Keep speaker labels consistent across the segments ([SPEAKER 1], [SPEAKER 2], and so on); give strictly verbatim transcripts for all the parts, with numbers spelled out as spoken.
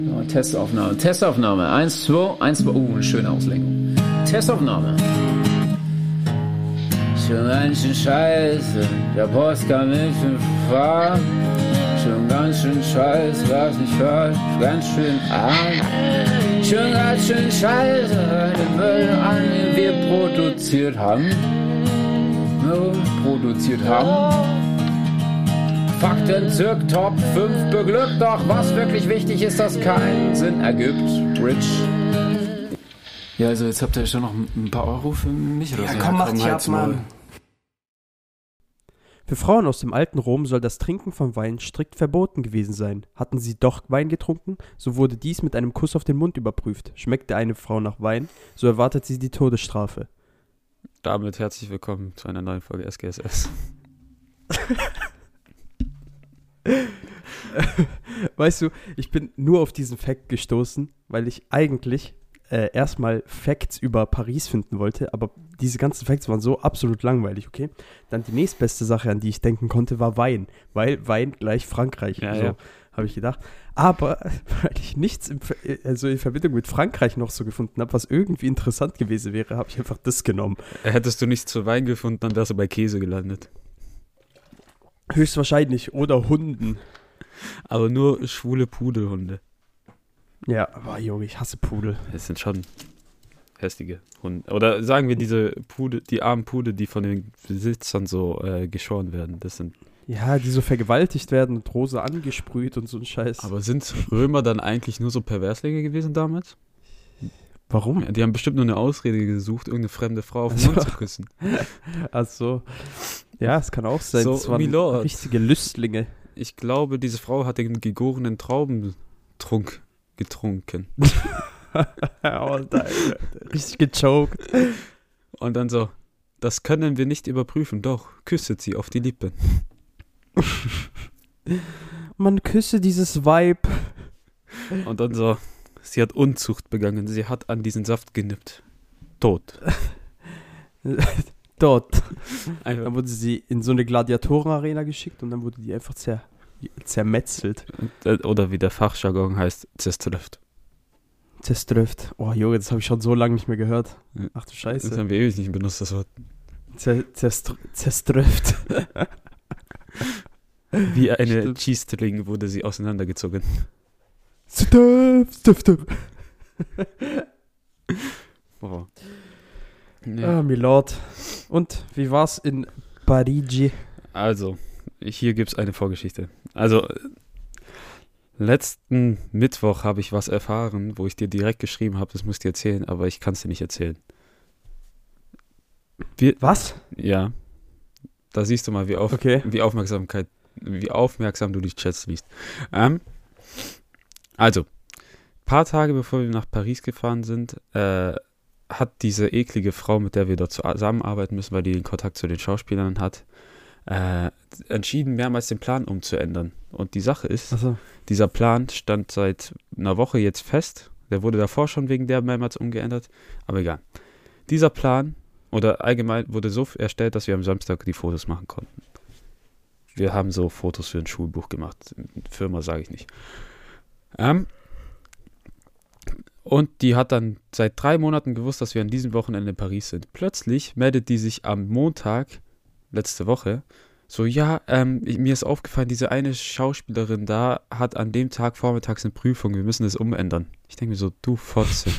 [SPEAKER 1] Oh, Testaufnahme, Testaufnahme. Eins, zwei, eins, zwei. Uh, eine schöne Auslenkung. Testaufnahme. Schon ganz schön scheiße, der Post kann nicht fahren. Schon ganz schön scheiße, was nicht falsch, ganz schön arm. Schon ganz schön scheiße, den Müll an, den wir produziert haben. No, produziert haben. Fakten zirk Top fünf beglückt, doch was wirklich wichtig ist, dass keinen Sinn ergibt. Rich. Ja, also jetzt habt ihr schon noch ein paar Euro für mich oder
[SPEAKER 2] Ja,
[SPEAKER 1] so.
[SPEAKER 2] komm, mach dich ab,
[SPEAKER 1] halt's Maul.
[SPEAKER 2] Mann.
[SPEAKER 3] Für Frauen aus dem alten Rom soll das Trinken von Wein strikt verboten gewesen sein. Hatten sie doch Wein getrunken, so wurde dies mit einem Kuss auf den Mund überprüft. Schmeckte eine Frau nach Wein, so erwartet sie die Todesstrafe.
[SPEAKER 4] Damit herzlich willkommen zu einer neuen Folge S G S S.
[SPEAKER 3] Weißt du, ich bin nur auf diesen Fact gestoßen, weil ich eigentlich äh, erstmal Facts über Paris finden wollte, aber diese ganzen Facts waren so absolut langweilig, okay? Dann die nächstbeste Sache, an die ich denken konnte, war Wein, weil Wein gleich Frankreich,
[SPEAKER 4] Ja,
[SPEAKER 3] so
[SPEAKER 4] ja.
[SPEAKER 3] habe ich gedacht. Aber weil ich nichts im, Ver- also in Verbindung mit Frankreich noch so gefunden habe, was irgendwie interessant gewesen wäre, habe ich einfach das genommen.
[SPEAKER 4] Hättest du nichts zu Wein gefunden, dann wärst du bei Käse gelandet.
[SPEAKER 3] Höchstwahrscheinlich. Oder Hunden.
[SPEAKER 4] Aber nur schwule Pudelhunde.
[SPEAKER 3] Ja, aber Junge, ich hasse Pudel.
[SPEAKER 4] Das sind schon hässliche Hunde. Oder sagen wir diese Pudel, die armen Pudel, die von den Besitzern so äh, geschoren werden. Das sind.
[SPEAKER 3] Ja, die so vergewaltigt werden und rosa angesprüht und so ein Scheiß.
[SPEAKER 4] Aber sind Römer dann eigentlich nur so Perverslinge gewesen damals?
[SPEAKER 3] Warum?
[SPEAKER 4] Ja, die haben bestimmt nur eine Ausrede gesucht, irgendeine fremde Frau auf den
[SPEAKER 3] Also-
[SPEAKER 4] Mund zu küssen.
[SPEAKER 3] Ach so. Ja, es kann auch sein.
[SPEAKER 4] So,
[SPEAKER 3] das waren
[SPEAKER 4] Milord.
[SPEAKER 3] richtige Lüstlinge.
[SPEAKER 4] Ich glaube, diese Frau hat den gegorenen Traubentrunk getrunken.
[SPEAKER 3] Alter, richtig gechoked.
[SPEAKER 4] Und dann so, das können wir nicht überprüfen, doch, küsset sie auf die Lippen.
[SPEAKER 3] Man küsse dieses Weib.
[SPEAKER 4] Und dann so, sie hat Unzucht begangen, sie hat an diesen Saft genippt. Tot.
[SPEAKER 3] Dort.
[SPEAKER 4] Einfach.
[SPEAKER 3] Dann wurde sie in so eine Gladiatorenarena geschickt und dann wurde die einfach zer zermetzelt.
[SPEAKER 4] Oder wie der Fachjargon heißt, zerströft.
[SPEAKER 3] Zerströft. Oh Junge, das habe ich schon so lange nicht mehr gehört.
[SPEAKER 4] Ja.
[SPEAKER 3] Ach du
[SPEAKER 4] Das
[SPEAKER 3] Scheiße.
[SPEAKER 4] haben wir ewig nicht benutzt, das Wort.
[SPEAKER 3] Zer zerstr zerströft.
[SPEAKER 4] Wie eine
[SPEAKER 3] Stimmt.
[SPEAKER 4] Cheese-String wurde sie auseinandergezogen.
[SPEAKER 3] Zerströft, zerströft.
[SPEAKER 4] Wow.
[SPEAKER 3] Ah,
[SPEAKER 4] Ja.
[SPEAKER 3] Milord. Und wie war's in Parigi?
[SPEAKER 4] Also, hier gibt's eine Vorgeschichte. Also, äh, letzten Mittwoch habe ich was erfahren, wo ich dir direkt geschrieben habe, das muss ich dir erzählen, aber ich kann es dir nicht erzählen. Wir,
[SPEAKER 3] Was?
[SPEAKER 4] ja, da siehst du mal, wie, auf,
[SPEAKER 3] Okay.
[SPEAKER 4] wie Aufmerksamkeit, wie aufmerksam du die Chats liest. Ähm, also, paar Tage bevor wir nach Paris gefahren sind, äh, hat diese eklige Frau, mit der wir dort zusammenarbeiten müssen, weil die den Kontakt zu den Schauspielern hat, äh, entschieden, mehrmals den Plan umzuändern. Und die Sache ist,
[SPEAKER 3] Achso.
[SPEAKER 4] dieser Plan stand seit einer Woche jetzt fest. Der wurde davor schon wegen der mehrmals umgeändert, aber egal. Dieser Plan, oder allgemein, wurde so erstellt, dass wir am Samstag die Fotos machen konnten. Wir haben so Fotos für ein Schulbuch gemacht. Firma sage ich nicht. Ähm, und die hat dann seit drei Monaten gewusst, dass wir an diesem Wochenende in Paris sind. Plötzlich meldet die sich am Montag, letzte Woche, so, ja, ähm, ich, mir ist aufgefallen, diese eine Schauspielerin da hat an dem Tag vormittags eine Prüfung, wir müssen das umändern. Ich denke mir so, du Fotze.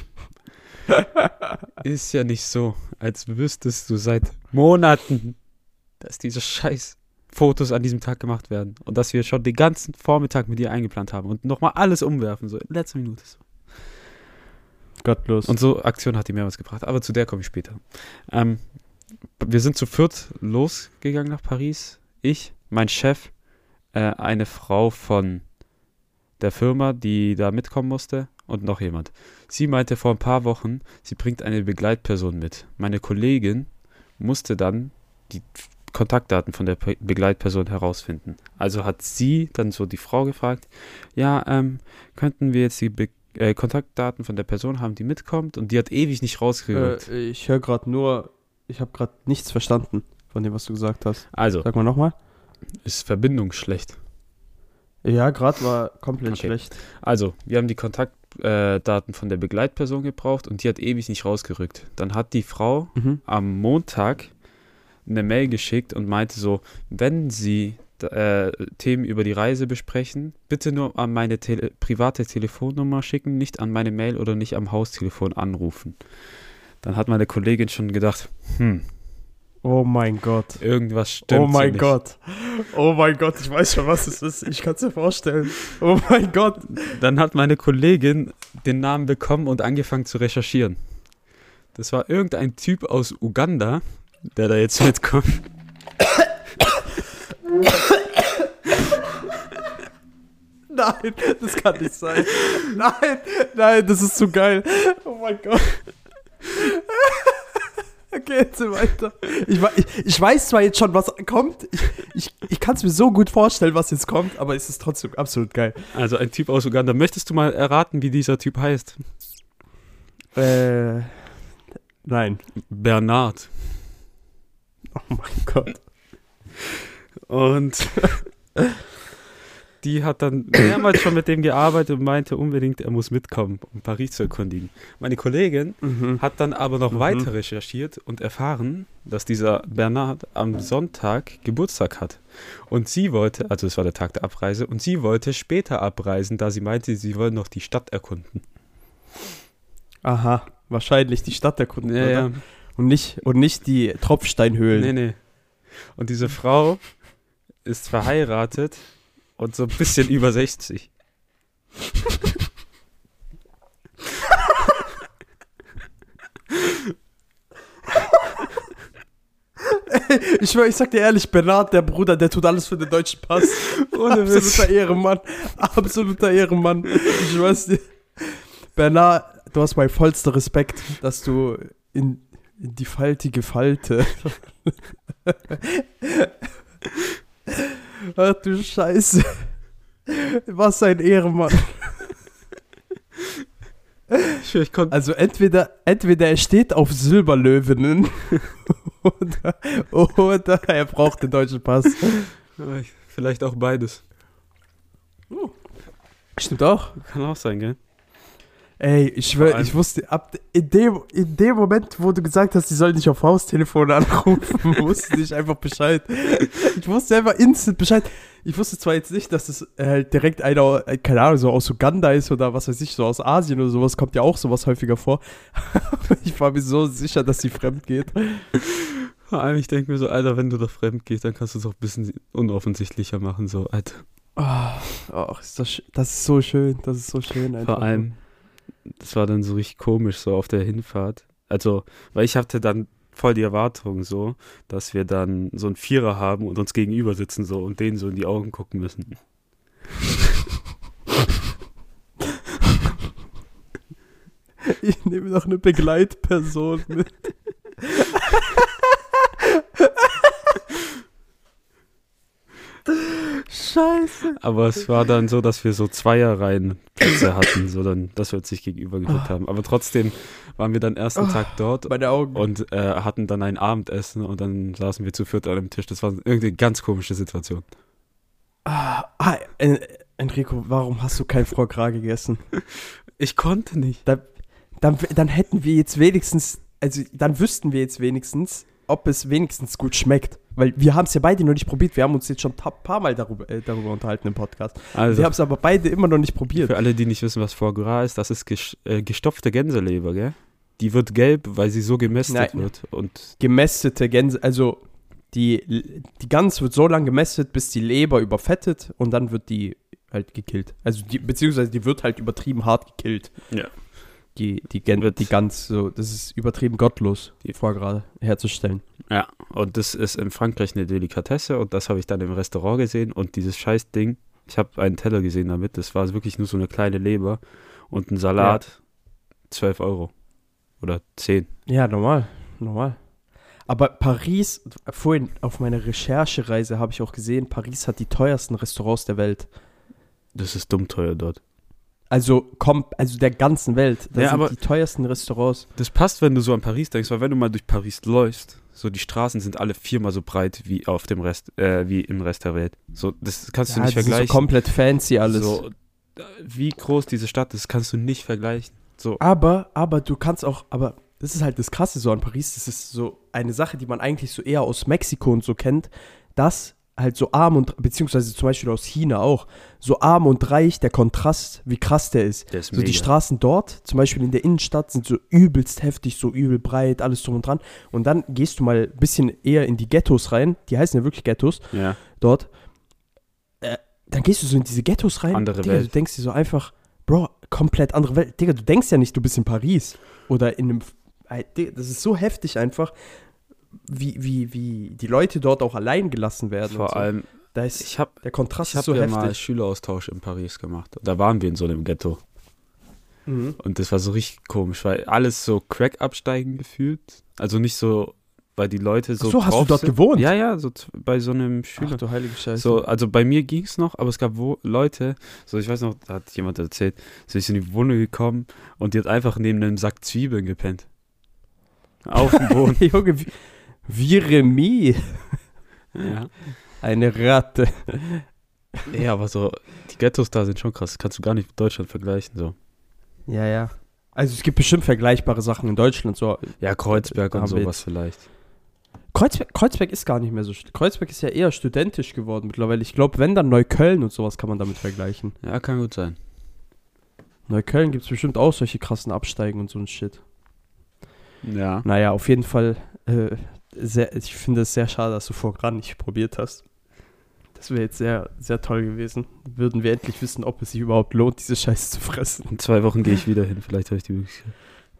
[SPEAKER 4] Ist ja nicht so, als wüsstest du seit Monaten, dass diese scheiß Fotos an diesem Tag gemacht werden und dass wir schon den ganzen Vormittag mit ihr eingeplant haben und nochmal alles umwerfen, so in letzter Minute. So.
[SPEAKER 3] Gottlos.
[SPEAKER 4] Und so Aktion hat die mehrmals gebracht, aber zu der komme ich später. Ähm, wir sind zu viert losgegangen nach Paris. Ich, mein Chef, äh, eine Frau von der Firma, die da mitkommen musste und noch jemand. Sie meinte vor ein paar Wochen, sie bringt eine Begleitperson mit. Meine Kollegin musste dann die Kontaktdaten von der Pe- Begleitperson herausfinden. Also hat sie dann so die Frau gefragt, ja, ähm, könnten wir jetzt die Be- äh, Kontaktdaten von der Person haben, die mitkommt? Und die hat ewig nicht rausgehört.
[SPEAKER 3] äh, ich höre gerade nur, ich habe gerade nichts verstanden von dem, was du gesagt hast.
[SPEAKER 4] Also,
[SPEAKER 3] Sag mal nochmal.
[SPEAKER 4] ist Verbindung schlecht.
[SPEAKER 3] Ja, gerade war komplett
[SPEAKER 4] Okay.
[SPEAKER 3] schlecht.
[SPEAKER 4] Also, wir haben die Kontaktdaten von der Begleitperson gebraucht und die hat ewig nicht rausgerückt. Dann hat die Frau
[SPEAKER 3] Mhm.
[SPEAKER 4] am Montag eine Mail geschickt und meinte so, wenn Sie äh, Themen über die Reise besprechen, bitte nur an meine Tele- private Telefonnummer schicken, nicht an meine Mail oder nicht am Haustelefon anrufen. Dann hat meine Kollegin schon gedacht, hm,
[SPEAKER 3] Oh mein Gott.
[SPEAKER 4] irgendwas stimmt
[SPEAKER 3] Oh mein
[SPEAKER 4] nicht.
[SPEAKER 3] Gott. Oh mein Gott, ich weiß schon, was es ist. Ich kann es mir vorstellen. Oh mein Gott.
[SPEAKER 4] Dann hat meine Kollegin den Namen bekommen und angefangen zu recherchieren. Das war irgendein Typ aus Uganda, der da jetzt mitkommt.
[SPEAKER 3] Nein, das kann nicht sein. Nein, nein, das ist zu geil. Oh mein Gott. Okay, jetzt weiter. Ich, wei- ich, ich weiß zwar jetzt schon, was kommt. Ich, ich, ich kann es mir so gut vorstellen, was jetzt kommt, aber es ist trotzdem absolut geil.
[SPEAKER 4] Also ein Typ aus Uganda. Möchtest du mal erraten, wie dieser Typ heißt?
[SPEAKER 3] Äh, nein.
[SPEAKER 4] Bernard.
[SPEAKER 3] Oh mein Gott.
[SPEAKER 4] Und die hat dann mehrmals schon mit dem gearbeitet und meinte unbedingt, er muss mitkommen, um Paris zu erkundigen. Meine Kollegin
[SPEAKER 3] Mhm.
[SPEAKER 4] hat dann aber noch
[SPEAKER 3] Mhm.
[SPEAKER 4] weiter recherchiert und erfahren, dass dieser Bernard am Sonntag Geburtstag hat. Und sie wollte, also es war der Tag der Abreise, und sie wollte später abreisen, da sie meinte, sie wollen noch die Stadt erkunden.
[SPEAKER 3] Aha, wahrscheinlich die Stadt erkunden,
[SPEAKER 4] Ja,
[SPEAKER 3] oder?
[SPEAKER 4] ja.
[SPEAKER 3] Und nicht, und nicht die Tropfsteinhöhlen.
[SPEAKER 4] Nee, nee. Und diese Frau ist verheiratet und so ein bisschen über sechzig.
[SPEAKER 3] Ich schwör, ich sag dir ehrlich, Bernard, der Bruder, der tut alles für den deutschen Pass.
[SPEAKER 4] Ohne Witz.
[SPEAKER 3] Absoluter Ehrenmann. Absoluter Ehrenmann. Ich schwör's dir. Bernard, du hast meinen vollsten Respekt, dass du in, in die faltige Falte. Ach du Scheiße. Was ein Ehrenmann.
[SPEAKER 4] Ich, schwör, ich konnte
[SPEAKER 3] Also entweder, entweder er steht auf Silberlöwinnen oder, oder er braucht den deutschen Pass.
[SPEAKER 4] vielleicht auch beides.
[SPEAKER 3] Stimmt auch.
[SPEAKER 4] Kann auch sein, gell?
[SPEAKER 3] Ey, ich
[SPEAKER 4] Vor
[SPEAKER 3] schwör,
[SPEAKER 4] allem-
[SPEAKER 3] ich wusste, ab in dem, in dem Moment, wo du gesagt hast, die soll nicht auf Haustelefon anrufen, wusste ich einfach Bescheid. Ich wusste einfach instant Bescheid. Ich wusste zwar jetzt nicht, dass es halt direkt einer, äh, keine Ahnung, so aus Uganda ist oder was weiß ich, so aus Asien oder sowas, kommt ja auch sowas häufiger vor. Aber ich war mir so sicher, dass sie fremd geht.
[SPEAKER 4] Vor allem, ich denke mir so, Alter, wenn du doch fremd gehst, dann kannst du es auch ein bisschen unoffensichtlicher machen, so, Alter.
[SPEAKER 3] Ach, ach, ist das, sch- das ist so schön, das ist so schön. Einfach.
[SPEAKER 4] Vor allem, das war dann so richtig komisch, so auf der Hinfahrt. Also, weil ich hatte dann voll die Erwartung so, dass wir dann so einen Vierer haben und uns gegenüber sitzen so und denen so in die Augen gucken müssen.
[SPEAKER 3] Ich nehme noch eine Begleitperson mit. Scheiße.
[SPEAKER 4] Aber es war dann so, dass wir so Zweierreihenplätze hatten, so dann, dass wir uns nicht gegenüber geguckt haben. Aber trotzdem waren wir dann ersten Tag dort
[SPEAKER 3] Meine Augen.
[SPEAKER 4] und äh, hatten dann ein Abendessen und dann saßen wir zu viert an einem Tisch. Das war irgendwie eine ganz komische Situation.
[SPEAKER 3] Ah, ah, äh, Enrico, warum hast du kein Foie Gras gegessen?
[SPEAKER 4] Ich konnte nicht.
[SPEAKER 3] Dann, dann, dann hätten wir jetzt wenigstens, also dann wüssten wir jetzt wenigstens, ob es wenigstens gut schmeckt. Weil wir haben es ja beide noch nicht probiert. Wir haben uns jetzt schon ein paar Mal darüber, äh, darüber unterhalten im Podcast.
[SPEAKER 4] Also,
[SPEAKER 3] Wir haben es aber beide immer noch nicht probiert.
[SPEAKER 4] für alle, die nicht wissen, was Foie Gras ist, das ist ges äh, gestopfte Gänseleber, gell? Die wird gelb, weil sie so gemästet
[SPEAKER 3] Nein.
[SPEAKER 4] wird. Und
[SPEAKER 3] Gemästete Gänse, also die, die Gans wird so lange gemästet, bis die Leber überfettet und dann wird die halt gekillt. Also die, beziehungsweise die wird halt übertrieben hart gekillt.
[SPEAKER 4] Ja.
[SPEAKER 3] Die, die, Gän
[SPEAKER 4] Wird-
[SPEAKER 3] die Gans, so, das ist übertrieben gottlos,
[SPEAKER 4] Die-
[SPEAKER 3] die Foie Gras herzustellen.
[SPEAKER 4] ja, und das ist in Frankreich eine Delikatesse und das habe ich dann im Restaurant gesehen und dieses Scheißding, ich habe einen Teller gesehen damit, das war wirklich nur so eine kleine Leber und ein Salat, zwölf Euro oder zehn.
[SPEAKER 3] Ja, normal, normal. Aber Paris, vorhin auf meiner Recherchereise habe ich auch gesehen, Paris hat die teuersten Restaurants der Welt.
[SPEAKER 4] Das ist dumm teuer dort.
[SPEAKER 3] Also, kommt, also der ganzen Welt. Das
[SPEAKER 4] Ja,
[SPEAKER 3] sind
[SPEAKER 4] aber-
[SPEAKER 3] die teuersten Restaurants.
[SPEAKER 4] Das passt, wenn du so an Paris denkst, weil wenn du mal durch Paris läufst, so die Straßen sind alle viermal so breit wie auf dem Rest, äh, wie im Rest der Welt. So, das kannst du
[SPEAKER 3] Ja,
[SPEAKER 4] nicht
[SPEAKER 3] das ist
[SPEAKER 4] vergleichen.
[SPEAKER 3] so komplett fancy alles.
[SPEAKER 4] So, äh, wie groß diese Stadt ist, kannst du nicht vergleichen. So,
[SPEAKER 3] Aber, aber du kannst auch, aber das ist halt das Krasse so an Paris, das ist so eine Sache, die man eigentlich so eher aus Mexiko und so kennt, dass halt so arm und, beziehungsweise zum Beispiel aus China auch, so arm und reich, der Kontrast, wie krass der ist.
[SPEAKER 4] der ist
[SPEAKER 3] So
[SPEAKER 4] mega.
[SPEAKER 3] die Straßen dort, zum Beispiel in der Innenstadt, sind so übelst heftig, so übel breit, alles drum und dran. Und dann gehst du mal ein bisschen eher in die Ghettos rein, die heißen ja wirklich Ghettos
[SPEAKER 4] Ja,
[SPEAKER 3] dort. Äh, dann gehst du so in diese Ghettos rein,
[SPEAKER 4] Andere
[SPEAKER 3] Digga,
[SPEAKER 4] Welt.
[SPEAKER 3] du denkst dir so einfach, Bro, komplett andere Welt. Digga, du denkst ja nicht, du bist in Paris oder in einem, Ey, Digga, das ist so heftig einfach, wie, wie, wie die Leute dort auch allein gelassen werden. und
[SPEAKER 4] vor
[SPEAKER 3] so.
[SPEAKER 4] allem,
[SPEAKER 3] Da ist,
[SPEAKER 4] ich habe
[SPEAKER 3] der Kontrast
[SPEAKER 4] ich
[SPEAKER 3] ist
[SPEAKER 4] hab
[SPEAKER 3] so
[SPEAKER 4] ja
[SPEAKER 3] heftig.
[SPEAKER 4] mal Schüleraustausch in Paris gemacht. Da waren wir in so einem Ghetto.
[SPEAKER 3] Mhm.
[SPEAKER 4] Und das war so richtig komisch, weil alles so Crack absteigen gefühlt. Also nicht so, weil die Leute so
[SPEAKER 3] Ach so, hast du
[SPEAKER 4] drauf
[SPEAKER 3] dort
[SPEAKER 4] sind.
[SPEAKER 3] gewohnt?
[SPEAKER 4] Ja, ja, so z- bei so einem Schüler.
[SPEAKER 3] Ach du heilige Scheiße.
[SPEAKER 4] So, also bei mir ging es noch, aber es gab wo Leute, so ich weiß noch, da hat jemand erzählt, so ist in die Wohnung gekommen und die hat einfach neben einem Sack Zwiebeln gepennt. Auf dem Boden.
[SPEAKER 3] Junge, wie, wie Remy.
[SPEAKER 4] Ja.
[SPEAKER 3] Eine Ratte.
[SPEAKER 4] Ja, aber so, die Ghettos da sind schon krass. Das kannst du gar nicht mit Deutschland vergleichen. So.
[SPEAKER 3] Ja, ja. Also es gibt bestimmt vergleichbare Sachen in Deutschland. So.
[SPEAKER 4] Ja, Kreuzberg und
[SPEAKER 3] Haben wir
[SPEAKER 4] sowas
[SPEAKER 3] jetzt-
[SPEAKER 4] vielleicht.
[SPEAKER 3] Kreuzberg, Kreuzberg ist gar nicht mehr so. sch- Kreuzberg ist ja eher studentisch geworden mittlerweile. Ich glaube, wenn dann Neukölln und sowas kann man damit vergleichen.
[SPEAKER 4] Ja, kann gut sein.
[SPEAKER 3] Neukölln gibt es bestimmt auch solche krassen Absteigen und so ein Shit.
[SPEAKER 4] Ja.
[SPEAKER 3] Naja, auf jeden Fall, äh, sehr, ich finde es sehr schade, dass du Foie nicht probiert hast. Das wäre jetzt sehr, sehr toll gewesen. Würden wir endlich wissen, ob es sich überhaupt lohnt, diese Scheiße zu fressen.
[SPEAKER 4] In zwei Wochen gehe ich wieder hin. Vielleicht habe ich die Möglichkeit.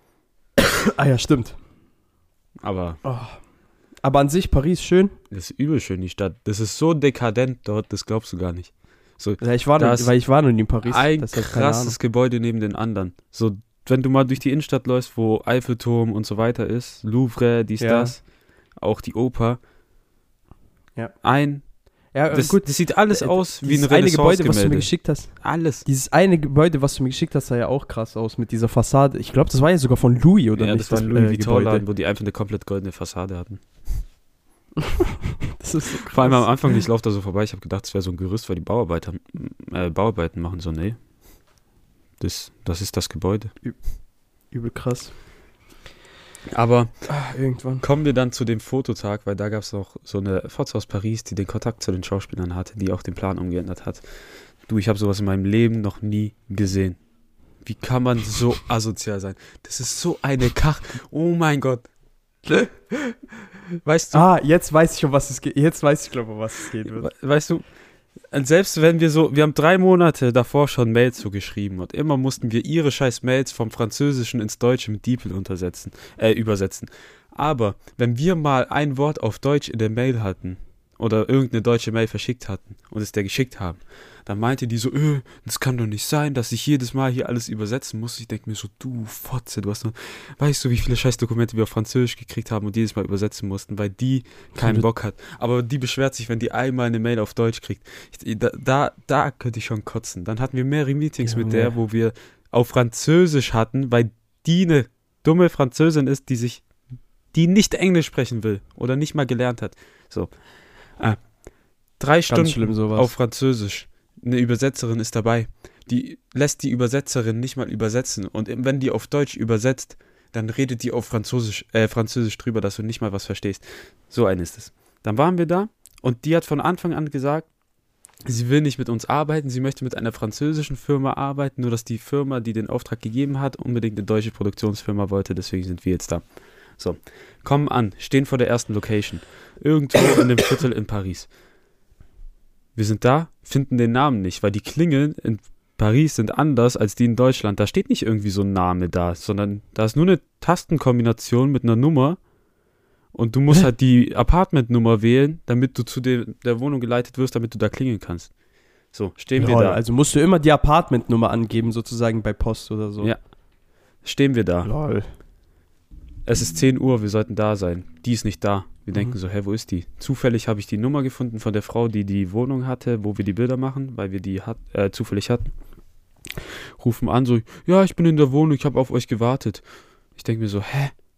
[SPEAKER 3] Ah ja, stimmt.
[SPEAKER 4] Aber
[SPEAKER 3] Oh. Aber an sich, Paris, schön.
[SPEAKER 4] das ist übel schön, die Stadt. Das ist so dekadent dort, das glaubst du gar nicht. So,
[SPEAKER 3] Ja, ich war noch,
[SPEAKER 4] Das-
[SPEAKER 3] weil ich war noch nie in Paris.
[SPEAKER 4] ein
[SPEAKER 3] deshalb keine
[SPEAKER 4] krasses Gebäude neben den anderen. So, wenn du mal durch die Innenstadt läufst, wo Eiffelturm und so weiter ist, Louvre, dies,
[SPEAKER 3] Ja.
[SPEAKER 4] das, auch die Oper.
[SPEAKER 3] Ja.
[SPEAKER 4] Ein,
[SPEAKER 3] Ja,
[SPEAKER 4] das,
[SPEAKER 3] gut.
[SPEAKER 4] das sieht alles
[SPEAKER 3] Äh,
[SPEAKER 4] aus wie ein
[SPEAKER 3] Dieses eine Gebäude, was du mir
[SPEAKER 4] Renaissance-Gemälde.
[SPEAKER 3] geschickt hast.
[SPEAKER 4] Alles.
[SPEAKER 3] Dieses eine Gebäude, was du mir geschickt hast, sah ja auch krass aus mit dieser Fassade. Ich glaube, das war ja sogar von Louis, oder
[SPEAKER 4] Ja,
[SPEAKER 3] nicht?
[SPEAKER 4] das war ein Louis
[SPEAKER 3] äh,
[SPEAKER 4] Vuitton-Laden, wo die einfach eine komplett goldene Fassade hatten.
[SPEAKER 3] Das ist so krass.
[SPEAKER 4] Vor allem am Anfang, ich laufe da so vorbei, ich habe gedacht, das wäre so ein Gerüst, weil die Bauarbeiter, äh, Bauarbeiten machen. So, nee. Das, das ist das Gebäude.
[SPEAKER 3] Übel krass.
[SPEAKER 4] Aber
[SPEAKER 3] Ah, irgendwann.
[SPEAKER 4] kommen wir dann zu dem Fototag, weil da gab es noch so eine Fotze aus Paris, die den Kontakt zu den Schauspielern hatte, die auch den Plan umgeändert hat. Du, ich habe sowas in meinem Leben noch nie gesehen. Wie kann man so asozial sein? Das ist so eine Kach. Oh mein Gott. Weißt du,
[SPEAKER 3] Ah, jetzt weiß ich, um was es geht. Jetzt weiß ich, glaube um was es geht.
[SPEAKER 4] we- weißt du, selbst wenn wir so, wir haben drei Monate davor schon Mails so geschrieben und immer mussten wir ihre scheiß Mails vom Französischen ins Deutsche mit DeepL untersetzen, äh, übersetzen. Aber wenn wir mal ein Wort auf Deutsch in der Mail hatten oder irgendeine deutsche Mail verschickt hatten und es der geschickt haben, dann meinte die so, äh, das kann doch nicht sein, dass ich jedes Mal hier alles übersetzen muss. Ich denke mir so, du Fotze, du hast noch, weißt du, wie viele scheiß Dokumente wir auf Französisch gekriegt haben und jedes Mal übersetzen mussten, weil die keinen Bock hat. Aber die beschwert sich, wenn die einmal eine Mail auf Deutsch kriegt. Ich, da, da, da könnte ich schon kotzen. Dann hatten wir mehrere Meetings
[SPEAKER 3] Junge.
[SPEAKER 4] mit der, wo wir auf Französisch hatten, weil die eine dumme Französin ist, die sich, die nicht Englisch sprechen will oder nicht mal gelernt hat. So. Ah. Drei
[SPEAKER 3] Ganz
[SPEAKER 4] Stunden
[SPEAKER 3] schlimm sowas.
[SPEAKER 4] auf Französisch. Eine Übersetzerin ist dabei. Die lässt die Übersetzerin nicht mal übersetzen. Und wenn die auf Deutsch übersetzt, dann redet die auf Französisch, äh, Französisch drüber, dass du nicht mal was verstehst. So ein ist es. Dann waren wir da und die hat von Anfang an gesagt, sie will nicht mit uns arbeiten, sie möchte mit einer französischen Firma arbeiten, nur dass die Firma, die den Auftrag gegeben hat, unbedingt eine deutsche Produktionsfirma wollte, deswegen sind wir jetzt da. So, kommen an, stehen vor der ersten Location. Irgendwo in dem Viertel in Paris. Wir sind da, finden den Namen nicht, weil die Klingeln in Paris sind anders als die in Deutschland. Da steht nicht irgendwie so ein Name da, sondern da ist nur eine Tastenkombination mit einer Nummer und du musst halt die Apartmentnummer wählen, damit du zu de- der Wohnung geleitet wirst, damit du da klingeln kannst. So, stehen wir
[SPEAKER 3] Lol,
[SPEAKER 4] da.
[SPEAKER 3] also musst du immer die Apartmentnummer angeben, sozusagen bei Post oder so.
[SPEAKER 4] Ja. Stehen wir da.
[SPEAKER 3] Lol.
[SPEAKER 4] Es ist zehn Uhr, wir sollten da sein. Die ist nicht da. Wir
[SPEAKER 3] Mhm.
[SPEAKER 4] denken so, hä, wo ist die? Zufällig habe ich die Nummer gefunden von der Frau, die die Wohnung hatte, wo wir die Bilder machen, weil wir die hat, äh, zufällig hatten. Rufen an, so, ja, ich bin in der Wohnung, ich habe auf euch gewartet. Ich denke mir so, hä,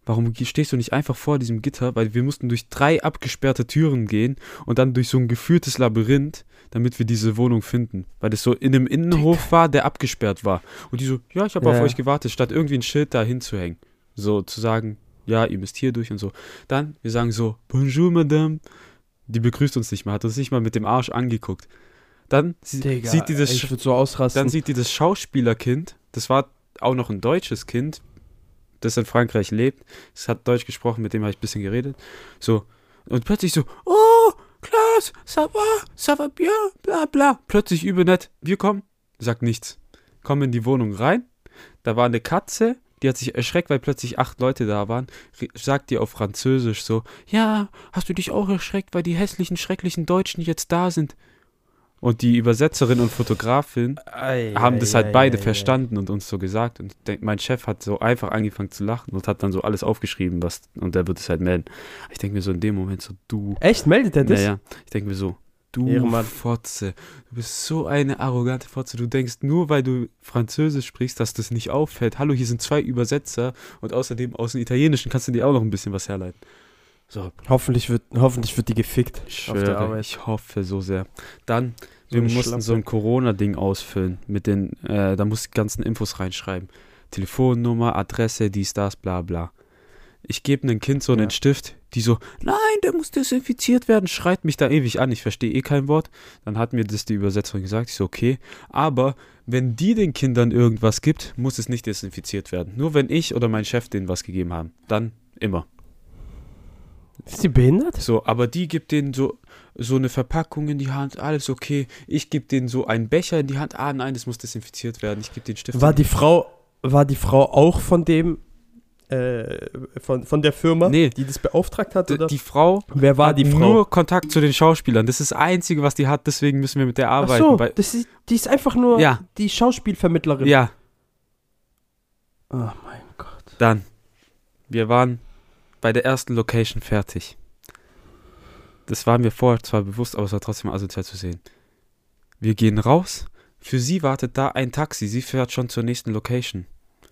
[SPEAKER 4] warum stehst du nicht einfach vor diesem Gitter? Weil wir mussten durch drei abgesperrte Türen gehen und dann durch so ein geführtes Labyrinth, damit wir diese Wohnung finden. Weil das so in einem Innenhof war, der abgesperrt war. Und die so, ja, ich habe
[SPEAKER 3] Ja.
[SPEAKER 4] auf euch gewartet, statt irgendwie ein Schild da hinzuhängen. So zu sagen, ja, ihr müsst hier durch und so. Dann, wir sagen so, bonjour, madame. Die begrüßt uns nicht mal, hat uns nicht mal mit dem Arsch angeguckt. Dann sie,
[SPEAKER 3] Digga,
[SPEAKER 4] sieht die das,
[SPEAKER 3] ey, ich würde so ausrasten.
[SPEAKER 4] dann sieht die das Schauspielerkind, das war auch noch ein deutsches Kind, das in Frankreich lebt. Es hat Deutsch gesprochen, mit dem habe ich ein bisschen geredet. So, und plötzlich so, oh, Klaas, ça va, ça va bien, bla bla. Plötzlich übel nett, wir kommen, sagt nichts. Kommen in die Wohnung rein, da war eine Katze, die hat sich erschreckt, weil plötzlich acht Leute da waren, Re- sagt die auf Französisch so, ja, hast du dich auch erschreckt, weil die hässlichen, schrecklichen Deutschen jetzt da sind? Und die Übersetzerin und Fotografin
[SPEAKER 3] Ei,
[SPEAKER 4] haben
[SPEAKER 3] ei,
[SPEAKER 4] das halt
[SPEAKER 3] ei,
[SPEAKER 4] beide
[SPEAKER 3] ei,
[SPEAKER 4] verstanden und uns so gesagt. Und de- mein Chef hat so einfach angefangen zu lachen und hat dann so alles aufgeschrieben, was, und der wird es halt melden. Ich denke mir so in dem Moment so, du,
[SPEAKER 3] ei. Echt? Meldet er das?
[SPEAKER 4] naja, ich denke mir so, du
[SPEAKER 3] Ehrenmann.
[SPEAKER 4] Fotze, du bist so eine arrogante Fotze. Du denkst nur, weil du Französisch sprichst, dass das nicht auffällt. Hallo, hier sind zwei Übersetzer und außerdem aus dem Italienischen kannst du dir auch noch ein bisschen was herleiten. So,
[SPEAKER 3] Hoffentlich wird, hoffentlich wird die gefickt
[SPEAKER 4] ich
[SPEAKER 3] auf der
[SPEAKER 4] schwöre,
[SPEAKER 3] Arbeit.
[SPEAKER 4] ich hoffe so sehr. Dann,
[SPEAKER 3] So
[SPEAKER 4] wir
[SPEAKER 3] eine
[SPEAKER 4] mussten so ein
[SPEAKER 3] Schlampe.
[SPEAKER 4] Corona-Ding ausfüllen. Mit den, äh, da musst du die ganzen Infos reinschreiben. Telefonnummer, Adresse, dies, das, bla bla. Ich gebe einem Kind so einen
[SPEAKER 3] Ja.
[SPEAKER 4] Stift, die so, nein, der muss desinfiziert werden, schreit mich da ewig an, ich verstehe eh kein Wort. Dann hat mir das die Übersetzerin gesagt, ich so, okay, aber wenn die den Kindern irgendwas gibt, muss es nicht desinfiziert werden. Nur wenn ich oder mein Chef denen was gegeben haben, dann immer.
[SPEAKER 3] Ist die behindert?
[SPEAKER 4] So, aber die gibt denen so, so eine Verpackung in die Hand, alles okay. Ich gebe denen so einen Becher in die Hand, ah nein, das muss desinfiziert werden, ich gebe den Stift.
[SPEAKER 3] War die Frau, war die Frau auch von dem, äh, von, von der Firma,
[SPEAKER 4] Nee.
[SPEAKER 3] die das beauftragt hat?
[SPEAKER 4] D-
[SPEAKER 3] Oder?
[SPEAKER 4] die Frau
[SPEAKER 3] Wer war
[SPEAKER 4] hat
[SPEAKER 3] die Frau?
[SPEAKER 4] nur Kontakt zu den Schauspielern. Das ist das Einzige, was die hat, deswegen müssen wir mit der
[SPEAKER 3] Ach
[SPEAKER 4] arbeiten.
[SPEAKER 3] so,
[SPEAKER 4] weil,
[SPEAKER 3] das ist, die ist einfach nur
[SPEAKER 4] Ja.
[SPEAKER 3] die Schauspielvermittlerin.
[SPEAKER 4] ja,
[SPEAKER 3] Oh mein Gott.
[SPEAKER 4] dann. Wir waren bei der ersten Location fertig. Das war mir vorher zwar bewusst, aber es war trotzdem asozial zu sehen. Wir gehen raus. Für sie wartet da ein Taxi. Sie fährt schon zur nächsten Location.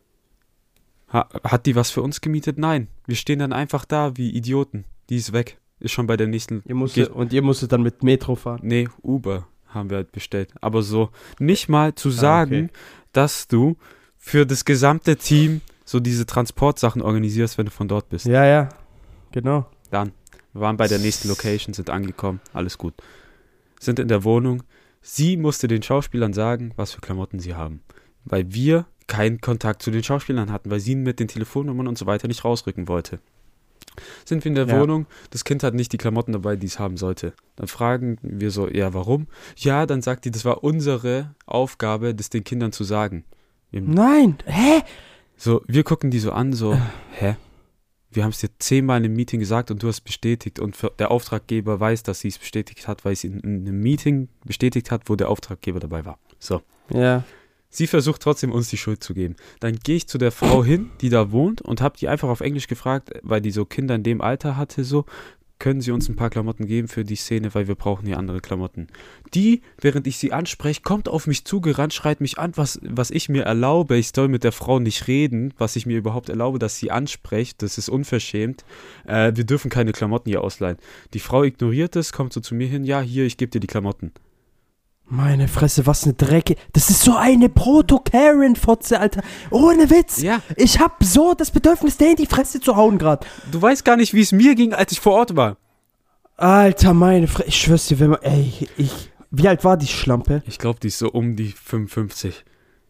[SPEAKER 4] Ha, hat die was für uns gemietet? Nein. Wir stehen dann einfach da wie Idioten. Die ist weg. Ist schon bei der nächsten.
[SPEAKER 3] Ihr musstet, und ihr musstet dann mit Metro fahren.
[SPEAKER 4] Nee, Uber haben wir halt bestellt. Aber so nicht mal zu sagen,
[SPEAKER 3] okay.
[SPEAKER 4] dass du für das gesamte Team so diese Transportsachen organisierst, wenn du von dort bist.
[SPEAKER 3] Ja, ja, genau.
[SPEAKER 4] Dann. Wir waren bei der nächsten Location, sind angekommen, alles gut. Sind in der Wohnung. Sie musste den Schauspielern sagen, was für Klamotten sie haben. Weil wir keinen Kontakt zu den Schauspielern hatten, weil sie mit den Telefonnummern und so weiter nicht rausrücken wollte. Sind wir in der
[SPEAKER 3] Ja.
[SPEAKER 4] Wohnung, das Kind hat nicht die Klamotten dabei, die es haben sollte. Dann fragen wir so, ja, warum? Ja, dann sagt die, das war unsere Aufgabe, das den Kindern zu sagen. Wir,
[SPEAKER 3] Nein, hä?
[SPEAKER 4] so, wir gucken die so an, so, hä? Wir haben es dir zehnmal im Meeting gesagt und du hast bestätigt und für, der Auftraggeber weiß, dass sie es bestätigt hat, weil sie in, in einem Meeting bestätigt hat, wo der Auftraggeber dabei war. So.
[SPEAKER 3] Ja.
[SPEAKER 4] Sie versucht trotzdem, uns die Schuld zu geben. Dann gehe ich zu der Frau hin, die da wohnt und habe die einfach auf Englisch gefragt, weil die so Kinder in dem Alter hatte, so, können Sie uns ein paar Klamotten geben für die Szene, weil wir brauchen hier andere Klamotten. Die, während ich sie anspreche, kommt auf mich zugerannt, schreit mich an, was, was ich mir erlaube. Ich soll mit der Frau nicht reden, was ich mir überhaupt erlaube, dass sie anspricht. Das ist unverschämt. Äh, wir dürfen keine Klamotten hier ausleihen. Die Frau ignoriert es, kommt so zu mir hin, ja, hier, ich gebe dir die Klamotten.
[SPEAKER 3] Meine Fresse, was eine Drecke. Das ist so eine Proto-Karen-Fotze, Alter. Ohne Witz.
[SPEAKER 4] Ja.
[SPEAKER 3] Ich hab so das Bedürfnis, der in die Fresse zu hauen gerade.
[SPEAKER 4] Du weißt gar nicht, wie es mir ging, als ich vor Ort war.
[SPEAKER 3] Alter, meine Fresse. Ich schwör's dir, wenn man. Ey, ich. Wie alt war die Schlampe?
[SPEAKER 4] Ich glaube, die ist so um die fünfundfünfzig.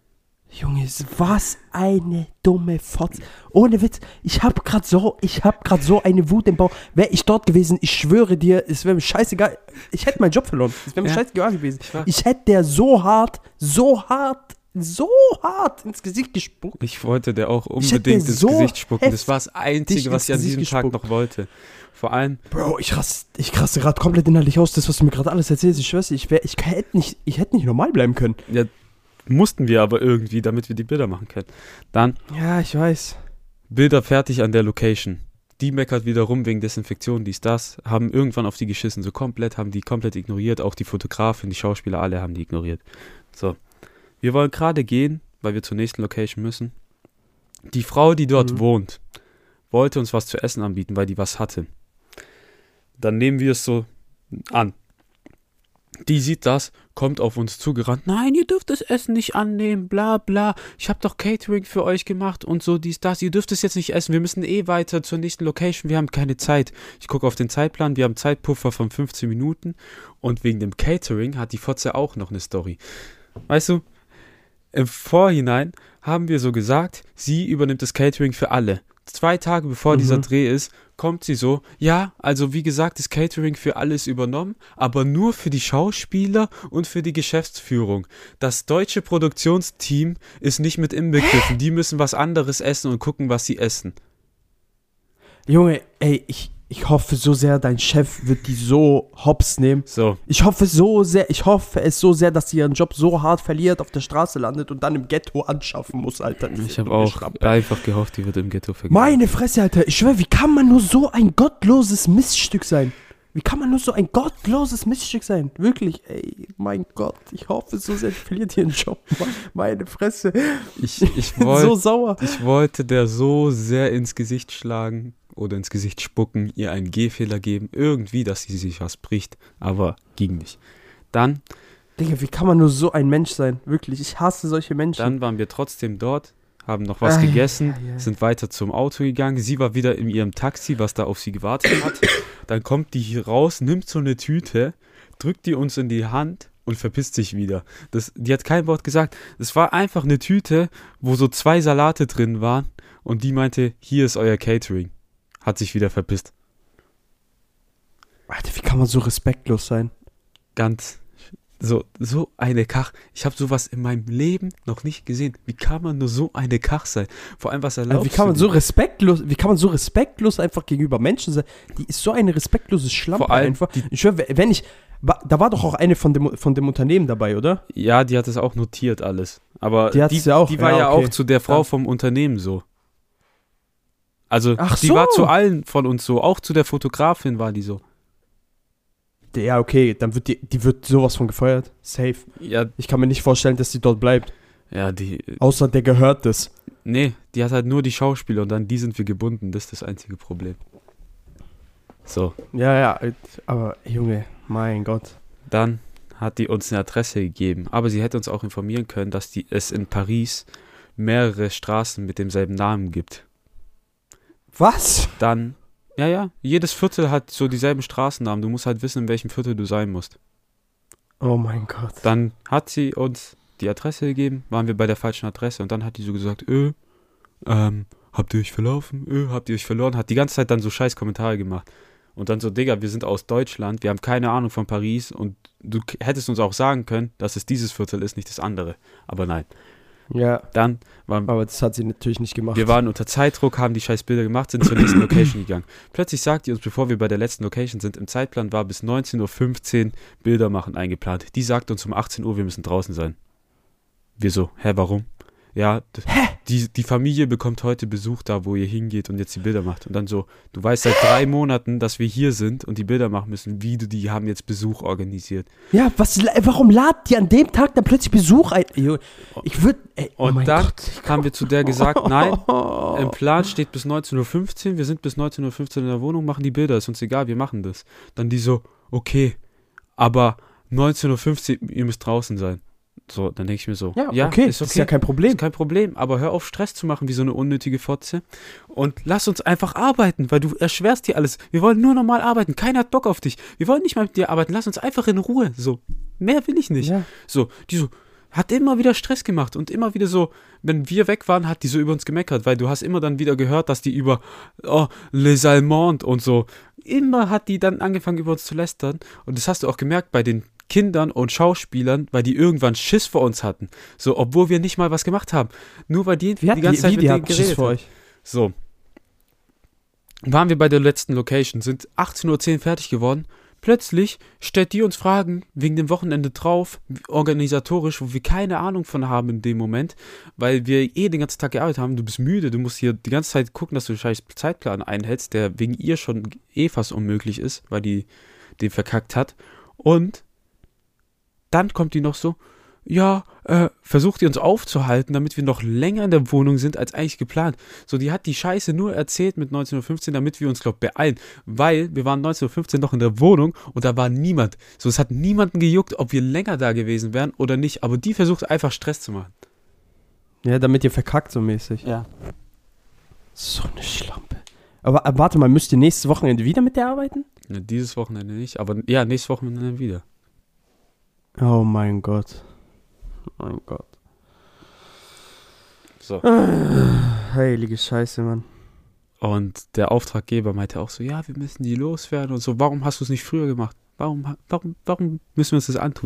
[SPEAKER 3] Junge, was eine dumme Fotze. Ohne Witz, ich hab grad so, ich hab grad so eine Wut im Bauch. Wäre ich dort gewesen, ich schwöre dir, es wäre mir scheißegal. Ich hätte meinen Job verloren. Es wäre mir
[SPEAKER 4] Ja.
[SPEAKER 3] scheißegal gewesen.
[SPEAKER 4] Ich weiß.
[SPEAKER 3] Ich hätte der so hart, so hart, so hart ins Gesicht gespuckt.
[SPEAKER 4] Ich wollte der auch
[SPEAKER 3] Ich hätte
[SPEAKER 4] unbedingt ins
[SPEAKER 3] so
[SPEAKER 4] Gesicht spucken. Das
[SPEAKER 3] heftig
[SPEAKER 4] war das Einzige, was ich an
[SPEAKER 3] ins
[SPEAKER 4] diesem
[SPEAKER 3] Gesicht
[SPEAKER 4] Tag
[SPEAKER 3] gespuckt.
[SPEAKER 4] noch wollte. Vor allem,
[SPEAKER 3] Bro, ich raste, ich raste gerade komplett innerlich aus, das, was du mir gerade alles erzählst. Ich schwör's dir, ich, wär, ich hätte nicht, ich hätte nicht normal bleiben können.
[SPEAKER 4] ja, mussten wir aber irgendwie, damit wir die Bilder machen können. Dann
[SPEAKER 3] Ja, ich weiß.
[SPEAKER 4] Bilder fertig an der Location. Die meckert wieder rum wegen Desinfektion, dies, das. Haben irgendwann auf die geschissen. So komplett, haben die komplett ignoriert. Auch die Fotografin, die Schauspieler, alle haben die ignoriert. So. Wir wollen gerade gehen, weil wir zur nächsten Location müssen. Die Frau, die dort
[SPEAKER 3] Mhm.
[SPEAKER 4] wohnt, wollte uns was zu essen anbieten, weil die was hatte. Dann nehmen wir es so an. Die sieht das, kommt auf uns zugerannt. Nein, ihr dürft das Essen nicht annehmen, bla bla. Ich habe doch Catering für euch gemacht und so dies, das. Ihr dürft es jetzt nicht essen. Wir müssen eh weiter zur nächsten Location. Wir haben keine Zeit. Ich gucke auf den Zeitplan. Wir haben Zeitpuffer von fünfzehn Minuten. Und wegen dem Catering hat die Fotze auch noch eine Story. Weißt du, im Vorhinein haben wir so gesagt, sie übernimmt das Catering für alle. Zwei Tage bevor mhm. dieser Dreh ist, kommt sie so, ja, also wie gesagt, das Catering für alles übernommen, aber nur für die Schauspieler und für die Geschäftsführung. Das deutsche Produktionsteam ist nicht mit inbegriffen. Die müssen was anderes essen und gucken, was sie essen.
[SPEAKER 3] Junge, ey, ich, ich hoffe so sehr, dein Chef wird die so hops nehmen.
[SPEAKER 4] So.
[SPEAKER 3] Ich hoffe so sehr, ich hoffe es so sehr, dass sie ihren Job so hart verliert, auf der Straße landet und dann im Ghetto anschaffen muss, Alter.
[SPEAKER 4] Ich habe auch Schlampe. einfach gehofft, die wird im Ghetto vergeben.
[SPEAKER 3] Meine Fresse, Alter. Ich schwöre, wie kann man nur so ein gottloses Miststück sein? Wie kann man nur so ein gottloses Miststück sein? Wirklich, ey, mein Gott. Ich hoffe so sehr, die verliert ihren Job. Meine Fresse.
[SPEAKER 4] Ich, ich, wollt,
[SPEAKER 3] so sauer.
[SPEAKER 4] Ich wollte der so sehr ins Gesicht schlagen oder ins Gesicht spucken, ihr einen Gehfehler geben, irgendwie, dass sie sich was bricht, aber ging nicht. Dann,
[SPEAKER 3] Digga, wie kann man nur so ein Mensch sein? Wirklich, ich hasse solche Menschen.
[SPEAKER 4] Dann waren wir trotzdem dort, haben noch was
[SPEAKER 3] ah,
[SPEAKER 4] gegessen,
[SPEAKER 3] ja, ja.
[SPEAKER 4] sind weiter zum Auto gegangen. Sie war wieder in ihrem Taxi, was da auf sie gewartet hat. Dann kommt die hier raus, nimmt so eine Tüte, drückt die uns in die Hand und verpisst sich wieder. Das, die hat kein Wort gesagt. Es war einfach eine Tüte, wo so zwei Salate drin waren und die meinte, hier ist euer Catering. Hat sich wieder verpisst.
[SPEAKER 3] Alter, wie kann man so respektlos sein?
[SPEAKER 4] Ganz, so, so eine Kach. Ich habe sowas in meinem Leben noch nicht gesehen. Wie kann man nur so eine Kach sein? Vor allem, was erlaubst
[SPEAKER 3] also wie kann man so respektlos, wie kann man so respektlos einfach gegenüber Menschen sein? Die ist so eine respektlose Schlampe
[SPEAKER 4] Vor allem
[SPEAKER 3] einfach. Ich schwör, wenn ich, da war doch auch eine von dem, von dem Unternehmen dabei, oder?
[SPEAKER 4] Ja, die hat es auch notiert alles. Aber
[SPEAKER 3] die,
[SPEAKER 4] die,
[SPEAKER 3] ja auch,
[SPEAKER 4] die war
[SPEAKER 3] ja,
[SPEAKER 4] ja
[SPEAKER 3] okay.
[SPEAKER 4] auch zu der Frau
[SPEAKER 3] ja.
[SPEAKER 4] vom Unternehmen so. Also,
[SPEAKER 3] Ach
[SPEAKER 4] die
[SPEAKER 3] so.
[SPEAKER 4] war zu allen von uns so. Auch zu der Fotografin war die so.
[SPEAKER 3] Ja, okay, dann wird die, die wird sowas von gefeuert. Safe.
[SPEAKER 4] Ja,
[SPEAKER 3] Ich kann mir nicht vorstellen, dass die dort bleibt.
[SPEAKER 4] ja, die.
[SPEAKER 3] Außer der gehört das.
[SPEAKER 4] Nee, die hat halt nur die Schauspieler und dann die sind wir gebunden. Das ist das einzige Problem. So.
[SPEAKER 3] Ja, ja, aber Junge, mein Gott.
[SPEAKER 4] Dann hat die uns eine Adresse gegeben. Aber sie hätte uns auch informieren können, dass die, es in Paris mehrere Straßen mit demselben Namen gibt.
[SPEAKER 3] Was?
[SPEAKER 4] Dann, ja, ja, jedes Viertel hat so dieselben Straßennamen. Du musst halt wissen, in welchem Viertel du sein musst.
[SPEAKER 3] Oh mein Gott.
[SPEAKER 4] Dann hat sie uns die Adresse gegeben, waren wir bei der falschen Adresse und dann hat die so gesagt, öh, ähm, habt ihr euch verlaufen? Öh, habt ihr euch verloren? Hat die ganze Zeit dann so scheiß Kommentare gemacht. Und dann so, Digga, wir sind aus Deutschland, wir haben keine Ahnung von Paris und du k- hättest uns auch sagen können, dass es dieses Viertel ist, nicht das andere. Aber nein.
[SPEAKER 3] Ja,
[SPEAKER 4] Dann waren
[SPEAKER 3] aber das hat sie natürlich nicht gemacht.
[SPEAKER 4] wir waren unter Zeitdruck, haben die scheiß Bilder gemacht, sind zur nächsten Location gegangen. Plötzlich sagt die uns, bevor wir bei der letzten Location sind, im Zeitplan war bis neunzehn Uhr fünfzehn Bilder machen eingeplant. Die sagt uns um achtzehn Uhr, wir müssen draußen sein. Wir so, hä, warum? Ja, d- die, die Familie bekommt heute Besuch da, wo ihr hingeht und jetzt die Bilder macht. Und dann so, du weißt seit drei Monaten, dass wir hier sind und die Bilder machen müssen, wie du, die haben jetzt Besuch organisiert.
[SPEAKER 3] Ja, was, warum ladet die an dem Tag dann plötzlich Besuch ein? Junge, Ich würde, oh
[SPEAKER 4] Und
[SPEAKER 3] mein
[SPEAKER 4] dann
[SPEAKER 3] Gott.
[SPEAKER 4] haben wir zu der gesagt, nein, im Plan steht bis neunzehn Uhr fünfzehn, wir sind bis neunzehn Uhr fünfzehn in der Wohnung, machen die Bilder, ist uns egal, wir machen das. Dann die so, okay, aber neunzehn Uhr fünfzehn, ihr müsst draußen sein. So, dann denke ich mir so,
[SPEAKER 3] Ja,
[SPEAKER 4] ja,
[SPEAKER 3] okay,
[SPEAKER 4] ist okay,
[SPEAKER 3] ist ja kein Problem.
[SPEAKER 4] ist kein Problem, aber hör auf Stress zu machen wie so eine unnötige Fotze und lass uns einfach arbeiten, weil du erschwerst dir alles. Wir wollen nur normal arbeiten, keiner hat Bock auf dich. Wir wollen nicht mal mit dir arbeiten, lass uns einfach in Ruhe. So, mehr will ich nicht.
[SPEAKER 3] Ja.
[SPEAKER 4] So, die so, hat immer wieder Stress gemacht und immer wieder so, wenn wir weg waren, hat die so über uns gemeckert, weil du hast immer dann wieder gehört, dass die über, oh, les Allemands und so, immer hat die dann angefangen über uns zu lästern und das hast du auch gemerkt bei den Kindern und Schauspielern, weil die irgendwann Schiss vor uns hatten. So, obwohl wir nicht mal was gemacht haben. Nur weil die
[SPEAKER 3] Wie hat
[SPEAKER 4] die ganze
[SPEAKER 3] die,
[SPEAKER 4] Zeit
[SPEAKER 3] wie
[SPEAKER 4] mit
[SPEAKER 3] die
[SPEAKER 4] denen
[SPEAKER 3] hatten Schiss
[SPEAKER 4] geredet
[SPEAKER 3] vor
[SPEAKER 4] haben.
[SPEAKER 3] euch?
[SPEAKER 4] So. Waren wir bei der letzten Location, sind achtzehn Uhr zehn fertig geworden. Plötzlich stellt die uns Fragen wegen dem Wochenende drauf, organisatorisch, wo wir keine Ahnung von haben in dem Moment, weil wir eh den ganzen Tag gearbeitet haben. Du bist müde, du musst hier die ganze Zeit gucken, dass du den scheiß Zeitplan einhältst, der wegen ihr schon eh fast unmöglich ist, weil die den verkackt hat. Und dann kommt die noch so, ja, äh, versucht die uns aufzuhalten, damit wir noch länger in der Wohnung sind, als eigentlich geplant. So, die hat die Scheiße nur erzählt mit neunzehn Uhr fünfzehn, damit wir uns, glaub, beeilen. Weil wir waren neunzehn Uhr fünfzehn noch in der Wohnung und da war niemand. So, es hat niemanden gejuckt, ob wir länger da gewesen wären oder nicht. Aber die versucht einfach Stress zu machen.
[SPEAKER 3] Ja, damit ihr verkackt so mäßig.
[SPEAKER 4] Ja.
[SPEAKER 3] So eine Schlampe. Aber äh, warte mal, müsst ihr nächstes Wochenende wieder mit der arbeiten?
[SPEAKER 4] Ne, dieses Wochenende nicht, aber ja, nächstes Wochenende wieder.
[SPEAKER 3] Oh mein Gott. Mein Gott.
[SPEAKER 4] So.
[SPEAKER 3] Heilige Scheiße, Mann.
[SPEAKER 4] Und der Auftraggeber meinte auch so, ja, wir müssen die loswerden und so, warum hast du es nicht früher gemacht? Warum, warum, warum müssen wir uns das antun?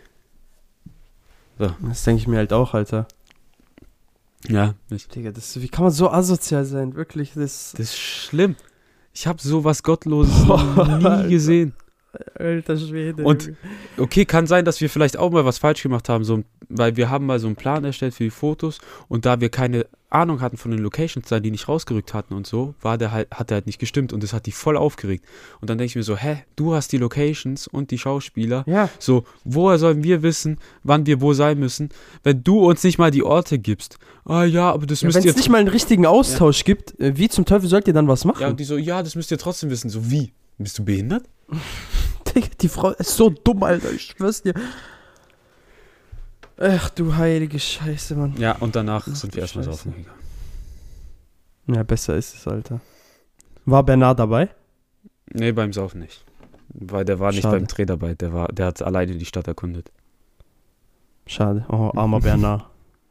[SPEAKER 4] So.
[SPEAKER 3] Das denke ich mir halt auch, Alter.
[SPEAKER 4] Ja, nicht.
[SPEAKER 3] Digga, das, wie kann man so asozial sein? Wirklich, das...
[SPEAKER 4] Das ist schlimm. Ich habe sowas Gottloses noch nie gesehen.
[SPEAKER 3] Alter Schwede.
[SPEAKER 4] Und okay, kann sein, dass wir vielleicht auch mal was falsch gemacht haben, so, weil wir haben mal so einen Plan erstellt für die Fotos und da wir keine Ahnung hatten von den Locations, da die nicht rausgerückt hatten und so, war der halt, hat der halt nicht gestimmt und das hat die voll aufgeregt. Und dann denke ich mir so, hä, du hast die Locations und die Schauspieler,
[SPEAKER 3] ja.
[SPEAKER 4] So, woher sollen wir wissen, wann wir wo sein müssen, wenn du uns nicht mal die Orte gibst? Ah ja, aber das
[SPEAKER 3] Ja,
[SPEAKER 4] müsst
[SPEAKER 3] wenn
[SPEAKER 4] ihr...
[SPEAKER 3] es nicht mal einen richtigen Austausch ja. gibt, wie zum Teufel sollt ihr dann was machen?
[SPEAKER 4] Ja, und die so, ja, das müsst ihr trotzdem wissen. So, wie? Bist du behindert?
[SPEAKER 3] Digga, die Frau ist so dumm, Alter, ich schwör's dir. Ach du heilige Scheiße, Mann.
[SPEAKER 4] Ja, und danach Ach, sind wir erstmal
[SPEAKER 3] Scheiße.
[SPEAKER 4] saufen gegangen.
[SPEAKER 3] Ja, besser ist es, Alter. War Bernard dabei?
[SPEAKER 4] Nee, beim Saufen nicht. Weil der war nicht
[SPEAKER 3] Schade.
[SPEAKER 4] beim Dreh dabei. Der, war, der hat alleine die Stadt erkundet.
[SPEAKER 3] Schade. Oh, armer Bernard.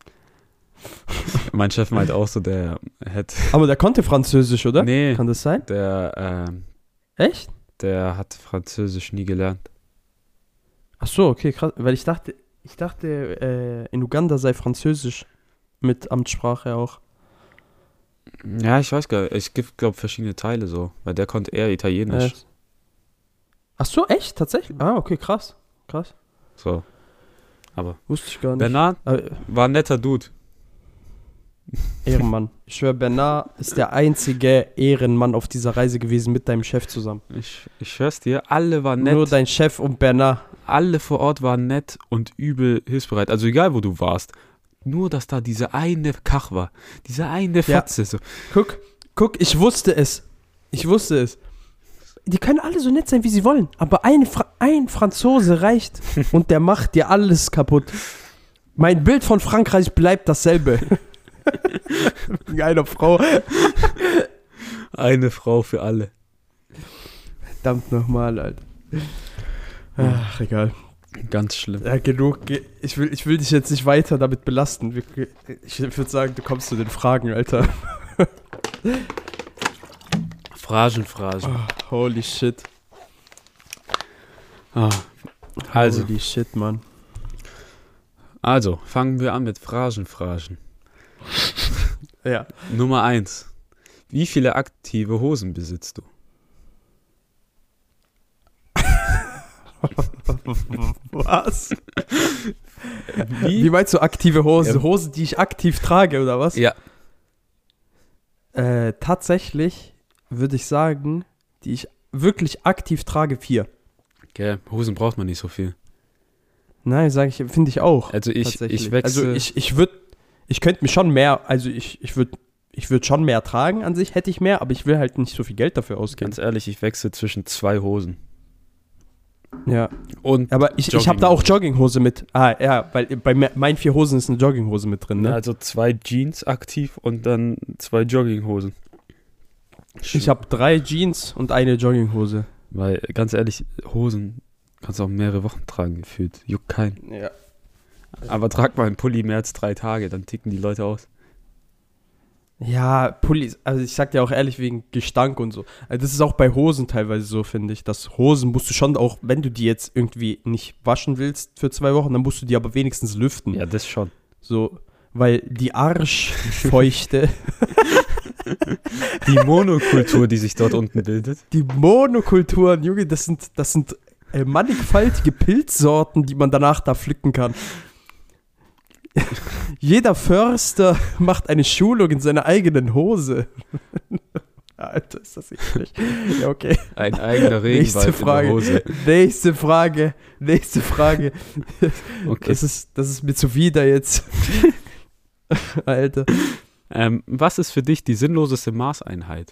[SPEAKER 4] Mein Chef meint auch so, der hätte...
[SPEAKER 3] Aber der konnte Französisch, oder?
[SPEAKER 4] Nee.
[SPEAKER 3] Kann das sein?
[SPEAKER 4] Der, ähm...
[SPEAKER 3] Echt?
[SPEAKER 4] Der hat Französisch nie gelernt.
[SPEAKER 3] Ach so, okay, krass. Weil ich dachte, ich dachte, äh, in Uganda sei Französisch mit Amtssprache auch.
[SPEAKER 4] Ja, ich weiß gar nicht. Es gibt, glaube ich, verschiedene Teile so. Weil der konnte eher Italienisch.
[SPEAKER 3] Äh. Ach so, echt? Tatsächlich? Ah, okay, krass. Krass.
[SPEAKER 4] So. Aber.
[SPEAKER 3] Wusste ich gar nicht.
[SPEAKER 4] Bernard
[SPEAKER 3] Aber,
[SPEAKER 4] war ein netter Dude.
[SPEAKER 3] Ehrenmann. Ich schwöre, Bernard ist der einzige Ehrenmann auf dieser Reise gewesen mit deinem Chef zusammen.
[SPEAKER 4] Ich, ich schwör's dir, alle waren nett.
[SPEAKER 3] Nur dein Chef und Bernard.
[SPEAKER 4] Alle vor Ort waren nett und übel hilfsbereit. Also egal, wo du warst. Nur, dass da diese eine Kach war. Diese eine Fotze.
[SPEAKER 3] Ja.
[SPEAKER 4] So.
[SPEAKER 3] Guck, guck, ich wusste es. Ich wusste es. Die können alle so nett sein, wie sie wollen. Aber ein, Fra- ein Franzose reicht und der macht dir alles kaputt. Mein Bild von Frankreich bleibt dasselbe. Eine Frau.
[SPEAKER 4] Eine Frau für alle.
[SPEAKER 3] Verdammt nochmal, Alter. Ach, egal.
[SPEAKER 4] Ganz schlimm.
[SPEAKER 3] Ja, genug. Ich will, ich will dich jetzt nicht weiter damit belasten. Ich würde sagen, du kommst zu den Fragen, Alter.
[SPEAKER 4] Phrasen, Phrasen.
[SPEAKER 3] Oh, holy shit.
[SPEAKER 4] Ah, also.
[SPEAKER 3] Holy shit, Mann.
[SPEAKER 4] Also, fangen wir an mit Phrasen, Phrasen.
[SPEAKER 3] Ja.
[SPEAKER 4] Nummer eins. Wie viele aktive Hosen besitzt du?
[SPEAKER 3] Was?
[SPEAKER 4] Wie?
[SPEAKER 3] Wie meinst du aktive Hosen?
[SPEAKER 4] Ja.
[SPEAKER 3] Hosen, die ich aktiv trage, oder was?
[SPEAKER 4] Ja.
[SPEAKER 3] Äh, tatsächlich würde ich sagen, die ich wirklich aktiv trage, vier.
[SPEAKER 4] Okay, Hosen braucht man nicht so viel.
[SPEAKER 3] Nein, sage ich, finde ich auch.
[SPEAKER 4] Also ich,
[SPEAKER 3] tatsächlich.
[SPEAKER 4] ich wechsle...
[SPEAKER 3] Also ich, ich würde, ich könnte mir schon mehr, also ich, ich würde ich würd schon mehr tragen an sich, hätte ich mehr, aber ich will halt nicht so viel Geld dafür ausgeben.
[SPEAKER 4] Ganz ehrlich, ich wechsle zwischen zwei Hosen.
[SPEAKER 3] Ja.
[SPEAKER 4] Und
[SPEAKER 3] Aber ich, ich habe da auch Jogginghose mit. Ah, ja, weil bei me- meinen vier Hosen ist eine Jogginghose mit drin, ne?
[SPEAKER 4] Also zwei Jeans aktiv und dann zwei Jogginghosen.
[SPEAKER 3] Ich habe drei Jeans und eine Jogginghose.
[SPEAKER 4] Weil, ganz ehrlich, Hosen kannst du auch mehrere Wochen tragen, gefühlt. Juckt keinen.
[SPEAKER 3] Ja.
[SPEAKER 4] Aber trag mal einen Pulli mehr als drei Tage, dann ticken die Leute aus.
[SPEAKER 3] Ja, Pullis, also ich sag dir auch ehrlich, wegen Gestank und so. Also das ist auch bei Hosen teilweise so, finde ich. Dass Hosen musst du schon auch, wenn du die jetzt irgendwie nicht waschen willst für zwei Wochen, dann musst du die aber wenigstens lüften.
[SPEAKER 4] Ja, das schon.
[SPEAKER 3] So, weil die Arschfeuchte,
[SPEAKER 4] Die Monokultur, die sich dort unten bildet.
[SPEAKER 3] die Monokulturen, Junge, das sind, das sind äh, mannigfaltige Pilzsorten, die man danach da pflücken kann. Jeder Förster macht eine Schulung in seiner eigenen Hose. Alter, ist das eklig. Ja, okay.
[SPEAKER 4] Ein eigener
[SPEAKER 3] Nächste
[SPEAKER 4] Regenwald in
[SPEAKER 3] Frage.
[SPEAKER 4] der Hose.
[SPEAKER 3] Nächste Frage. Nächste Frage.
[SPEAKER 4] Okay.
[SPEAKER 3] Das ist, das ist mir zuwider jetzt. Alter.
[SPEAKER 4] Ähm, was ist für dich die sinnloseste Maßeinheit?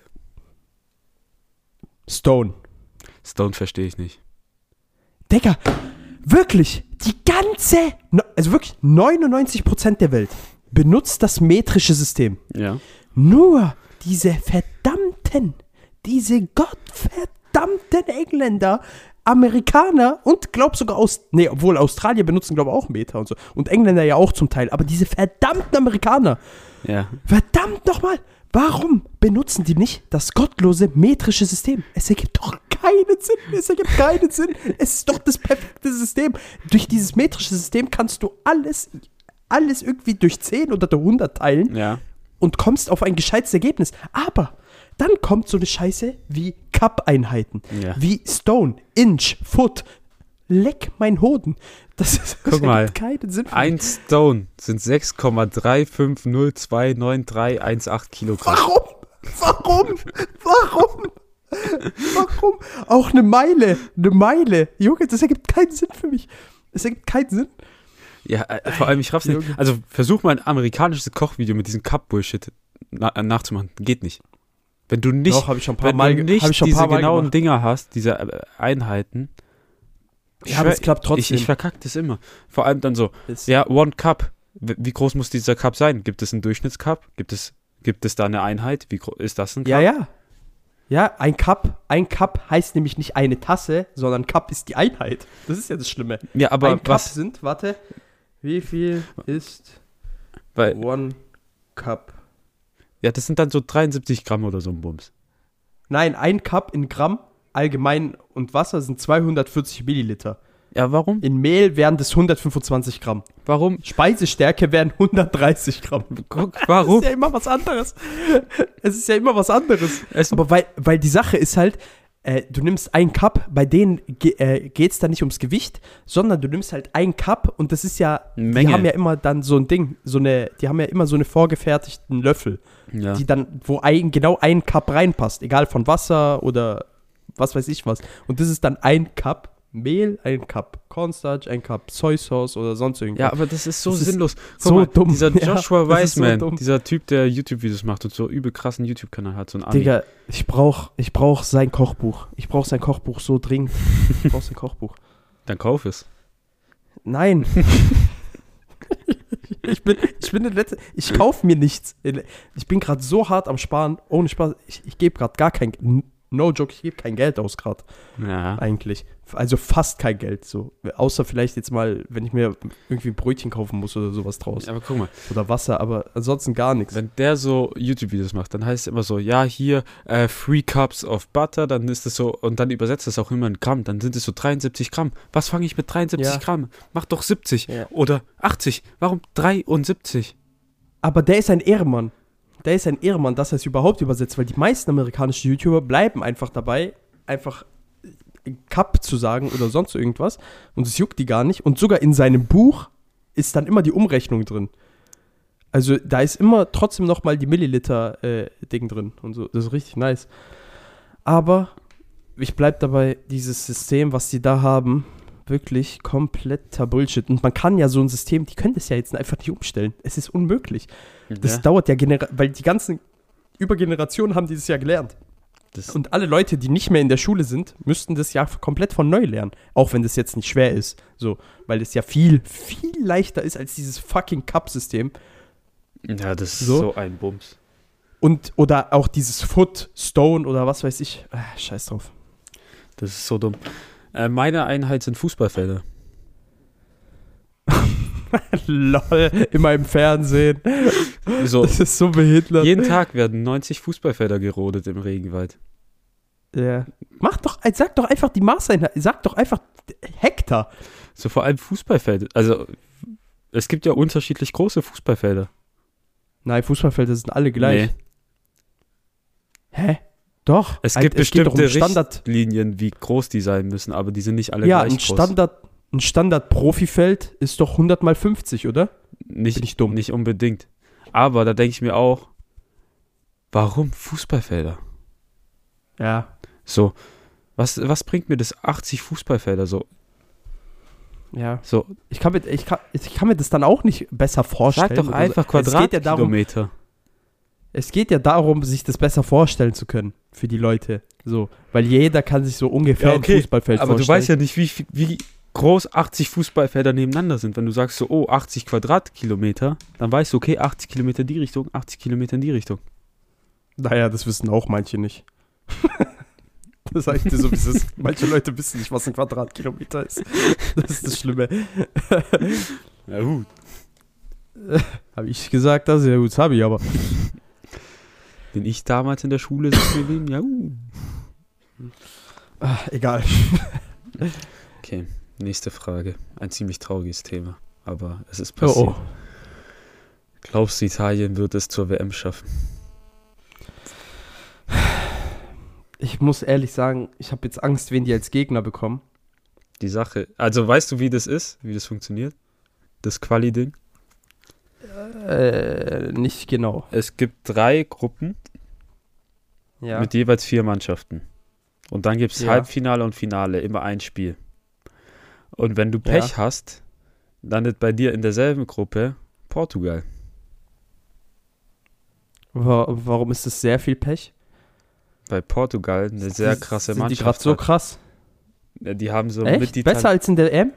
[SPEAKER 3] Stone.
[SPEAKER 4] Stone verstehe ich nicht.
[SPEAKER 3] Digga, wirklich, die ganze, no- also wirklich neunundneunzig Prozent der Welt benutzt das metrische System.
[SPEAKER 4] Ja.
[SPEAKER 3] Nur diese verdammten, diese gottverdammten Engländer, Amerikaner und glaub sogar aus, nee, obwohl Australier benutzen glaube auch Meter und so und Engländer ja auch zum Teil, aber diese verdammten Amerikaner,
[SPEAKER 4] Ja.
[SPEAKER 3] verdammt nochmal, warum benutzen die nicht das gottlose metrische System? Es ergibt doch keinen Sinn, es ergibt keinen Sinn, es ist doch das perfekte System. Durch dieses metrische System kannst du alles, alles irgendwie durch zehn oder durch hundert teilen
[SPEAKER 4] Ja.
[SPEAKER 3] und kommst auf ein gescheites Ergebnis. Aber dann kommt so eine Scheiße wie Cup-Einheiten,
[SPEAKER 4] Ja.
[SPEAKER 3] wie Stone, Inch, Foot. Leck mein Hoden. Das, ist, das
[SPEAKER 4] Guck mal,
[SPEAKER 3] ergibt keinen Sinn. für
[SPEAKER 4] Ein
[SPEAKER 3] mich.
[SPEAKER 4] Stone sind sechs Komma drei fünf null zwei neun drei eins acht Kilogramm.
[SPEAKER 3] Warum? Warum? Warum? Warum? Auch eine Meile. Eine Meile. Junge, das ergibt keinen Sinn für mich. Es ergibt keinen Sinn.
[SPEAKER 4] Ja, äh, vor allem, ich raff's nicht.
[SPEAKER 3] Junge.
[SPEAKER 4] Also, versuch mal ein amerikanisches Kochvideo mit diesem Cup-Bullshit na äh, nachzumachen. Geht nicht. Wenn du nicht,
[SPEAKER 3] Doch, habe ich schon ein paar
[SPEAKER 4] wenn
[SPEAKER 3] Mal,
[SPEAKER 4] du nicht
[SPEAKER 3] hab ich schon ein
[SPEAKER 4] diese
[SPEAKER 3] paar Mal
[SPEAKER 4] genauen
[SPEAKER 3] gemacht.
[SPEAKER 4] Dinger hast, diese äh, Einheiten.
[SPEAKER 3] Ja, aber es klappt
[SPEAKER 4] Ich,
[SPEAKER 3] trotzdem.
[SPEAKER 4] ich verkack das immer. Vor allem dann so,
[SPEAKER 3] Es-
[SPEAKER 4] ja, One Cup. W- Wie groß muss dieser Cup sein? Gibt es einen Durchschnittscup? Gibt es, gibt es da eine Einheit? Wie groß ist das ein Cup?
[SPEAKER 3] Ja, ja. Ja, ein Cup, ein Cup heißt nämlich nicht eine Tasse, sondern Cup ist die Einheit. Das ist ja das Schlimme.
[SPEAKER 4] Ja, aber
[SPEAKER 3] ein Cup
[SPEAKER 4] was?
[SPEAKER 3] sind, warte, wie viel ist
[SPEAKER 4] Weil,
[SPEAKER 3] one Cup?
[SPEAKER 4] ja, das sind dann so dreiundsiebzig Gramm oder so ein Bums.
[SPEAKER 3] Nein, ein Cup in Gramm allgemein und Wasser sind zweihundertvierzig Milliliter.
[SPEAKER 4] Ja, warum?
[SPEAKER 3] In Mehl wären das hundertfünfundzwanzig Gramm.
[SPEAKER 4] Warum?
[SPEAKER 3] Speisestärke wären hundertdreißig Gramm.
[SPEAKER 4] Guck,
[SPEAKER 3] Das
[SPEAKER 4] warum?
[SPEAKER 3] ist ja immer was anderes. Es ist ja immer was anderes.
[SPEAKER 4] Es,
[SPEAKER 3] Aber weil, weil die Sache ist halt, äh, du nimmst einen Cup, bei denen ge äh, geht es dann nicht ums Gewicht, sondern du nimmst halt einen Cup und das ist ja, die
[SPEAKER 4] Menge.
[SPEAKER 3] haben ja immer dann so ein Ding, so eine, die haben ja immer so eine vorgefertigten Löffel,
[SPEAKER 4] ja.
[SPEAKER 3] die dann, wo ein, genau ein Cup reinpasst, egal von Wasser oder was weiß ich was. Und das ist dann ein Cup Mehl, ein Cup Cornstarch, ein Cup Soy Sauce oder sonst irgendwas.
[SPEAKER 4] Ja, aber das ist so
[SPEAKER 3] Das ist
[SPEAKER 4] sinnlos. Guck
[SPEAKER 3] so
[SPEAKER 4] mal,
[SPEAKER 3] dumm.
[SPEAKER 4] dieser
[SPEAKER 3] Ja,
[SPEAKER 4] Joshua
[SPEAKER 3] das ist so
[SPEAKER 4] Weissman,
[SPEAKER 3] dumm.
[SPEAKER 4] dieser Typ, der YouTube-Videos macht und so übel krassen YouTube-Kanal hat, so ein Ami.
[SPEAKER 3] Digga, ich brauch, ich brauch sein Kochbuch. Ich brauch sein Kochbuch so dringend. Ich brauch sein Kochbuch.
[SPEAKER 4] Dann kauf es.
[SPEAKER 3] Nein. ich bin, ich bin der Letzte. Ich kaufe mir nichts. Ich bin gerade so hart am Sparen. Ohne Spaß. Ich, ich gebe gerade gar kein. No joke, ich gebe kein Geld aus gerade.
[SPEAKER 4] Ja.
[SPEAKER 3] Eigentlich. Also fast kein Geld. So. Außer vielleicht jetzt mal, wenn ich mir irgendwie ein Brötchen kaufen muss oder sowas draus.
[SPEAKER 4] Aber guck mal,
[SPEAKER 3] Oder Wasser, aber ansonsten gar nichts.
[SPEAKER 4] wenn der so YouTube-Videos macht, dann heißt es immer so, ja, hier, äh, three cups of butter, dann ist es so, und dann übersetzt das auch immer in Gramm, dann sind es so dreiundsiebzig Gramm. Was fange ich mit dreiundsiebzig
[SPEAKER 3] Ja.
[SPEAKER 4] Gramm? Mach doch siebzig
[SPEAKER 3] Ja.
[SPEAKER 4] oder achtzig. Warum dreiundsiebzig?
[SPEAKER 3] Aber der ist ein Ehrenmann. Der ist ein Ehrenmann, dass er es überhaupt übersetzt, weil die meisten amerikanischen YouTuber bleiben einfach dabei, einfach Cup zu sagen oder sonst irgendwas und es juckt die gar nicht. Und sogar in seinem Buch ist dann immer die Umrechnung drin. Also da ist immer trotzdem nochmal die Milliliter-Ding drin und so. Das ist richtig nice. Aber ich bleib dabei, dieses System, was die da haben, wirklich kompletter Bullshit. Und man kann ja so ein System, die können das ja jetzt einfach nicht umstellen. Es ist unmöglich. Das
[SPEAKER 4] Ja,
[SPEAKER 3] dauert ja, genera- weil die ganzen über Generationen haben die das ja gelernt.
[SPEAKER 4] das,
[SPEAKER 3] Und alle Leute, die nicht mehr in der Schule sind, müssten das ja komplett von neu lernen. Auch wenn das jetzt nicht schwer ist. So, weil es ja viel, viel leichter ist als dieses fucking Cup-System.
[SPEAKER 4] ja, das ist
[SPEAKER 3] So.
[SPEAKER 4] so ein Bums.
[SPEAKER 3] Und, oder auch dieses Foot, Stone oder was weiß ich. Ah, scheiß drauf.
[SPEAKER 4] Das ist so dumm. Äh, meine Einheit sind Fußballfelder.
[SPEAKER 3] Lol, immer im Fernsehen.
[SPEAKER 4] So,
[SPEAKER 3] Das ist so behindert.
[SPEAKER 4] jeden Tag werden neunzig Fußballfelder gerodet im Regenwald.
[SPEAKER 3] Ja. Mach doch, sag doch einfach die Maßeinheit. Sag doch einfach Hektar.
[SPEAKER 4] So vor allem Fußballfelder. Also, es gibt ja unterschiedlich große Fußballfelder.
[SPEAKER 3] Nein, Fußballfelder sind alle gleich.
[SPEAKER 4] Nee.
[SPEAKER 3] Hä? Doch.
[SPEAKER 4] Es
[SPEAKER 3] Ein-
[SPEAKER 4] gibt
[SPEAKER 3] geht doch um
[SPEAKER 4] bestimmte
[SPEAKER 3] Standard.
[SPEAKER 4] Richtlinien, wie groß die sein müssen, aber die sind nicht alle
[SPEAKER 3] Ja,
[SPEAKER 4] gleich
[SPEAKER 3] ein
[SPEAKER 4] groß.
[SPEAKER 3] Standard, ein Standard-Profifeld ist doch hundert mal fünfzig, oder?
[SPEAKER 4] nicht,
[SPEAKER 3] bin ich dumm.
[SPEAKER 4] Nicht unbedingt. Aber da denke ich mir auch, warum Fußballfelder?
[SPEAKER 3] Ja.
[SPEAKER 4] So, was, was bringt mir das achtzig Fußballfelder so?
[SPEAKER 3] Ja.
[SPEAKER 4] So,
[SPEAKER 3] Ich kann, mir, ich, kann, ich kann mir das dann auch nicht besser vorstellen.
[SPEAKER 4] sag doch
[SPEAKER 3] oder
[SPEAKER 4] einfach
[SPEAKER 3] so. Es geht ja darum,
[SPEAKER 4] Quadratkilometer.
[SPEAKER 3] es geht ja darum, sich das besser vorstellen zu können für die Leute. So, weil jeder kann sich so ungefähr
[SPEAKER 4] Ja, okay,
[SPEAKER 3] ein Fußballfeld
[SPEAKER 4] Aber
[SPEAKER 3] vorstellen.
[SPEAKER 4] du weißt ja nicht, wie, wie groß achtzig Fußballfelder nebeneinander sind. Wenn du sagst so, oh, achtzig Quadratkilometer, dann weißt du, okay, achtzig Kilometer in die Richtung, achtzig Kilometer in die Richtung.
[SPEAKER 3] Naja, das wissen auch manche nicht. Das sag ich dir so, wie es ist. Manche Leute wissen nicht, was ein Quadratkilometer ist. Das ist das Schlimme.
[SPEAKER 4] Ja gut.
[SPEAKER 3] Habe ich gesagt, das ist ja gut, habe ich aber.
[SPEAKER 4] Bin ich damals in der Schule sitzen geblieben? Ja, uh.
[SPEAKER 3] Ach, egal.
[SPEAKER 4] Okay, nächste Frage. Ein ziemlich trauriges Thema, aber es ist passiert.
[SPEAKER 3] Oh, oh.
[SPEAKER 4] Glaubst du, Italien wird es zur W M schaffen?
[SPEAKER 3] Ich muss ehrlich sagen, ich habe jetzt Angst, wen die als Gegner bekommen.
[SPEAKER 4] Die Sache, also weißt du, wie das ist, wie das funktioniert? Das Quali-Ding?
[SPEAKER 3] Äh, nicht genau.
[SPEAKER 4] Es gibt drei Gruppen
[SPEAKER 3] Ja.
[SPEAKER 4] mit jeweils vier Mannschaften. Und dann gibt es
[SPEAKER 3] Ja.
[SPEAKER 4] Halbfinale und Finale, immer ein Spiel. Und wenn du Pech
[SPEAKER 3] Ja.
[SPEAKER 4] hast, landet bei dir in derselben Gruppe Portugal.
[SPEAKER 3] Wa- Warum ist das sehr viel Pech?
[SPEAKER 4] Weil Portugal eine sehr
[SPEAKER 3] Sind-
[SPEAKER 4] krasse
[SPEAKER 3] sind die
[SPEAKER 4] Mannschaft
[SPEAKER 3] gerade so
[SPEAKER 4] hat.
[SPEAKER 3] krass?
[SPEAKER 4] Ja, die haben so
[SPEAKER 3] Echt?
[SPEAKER 4] mit die
[SPEAKER 3] Besser als in der E M?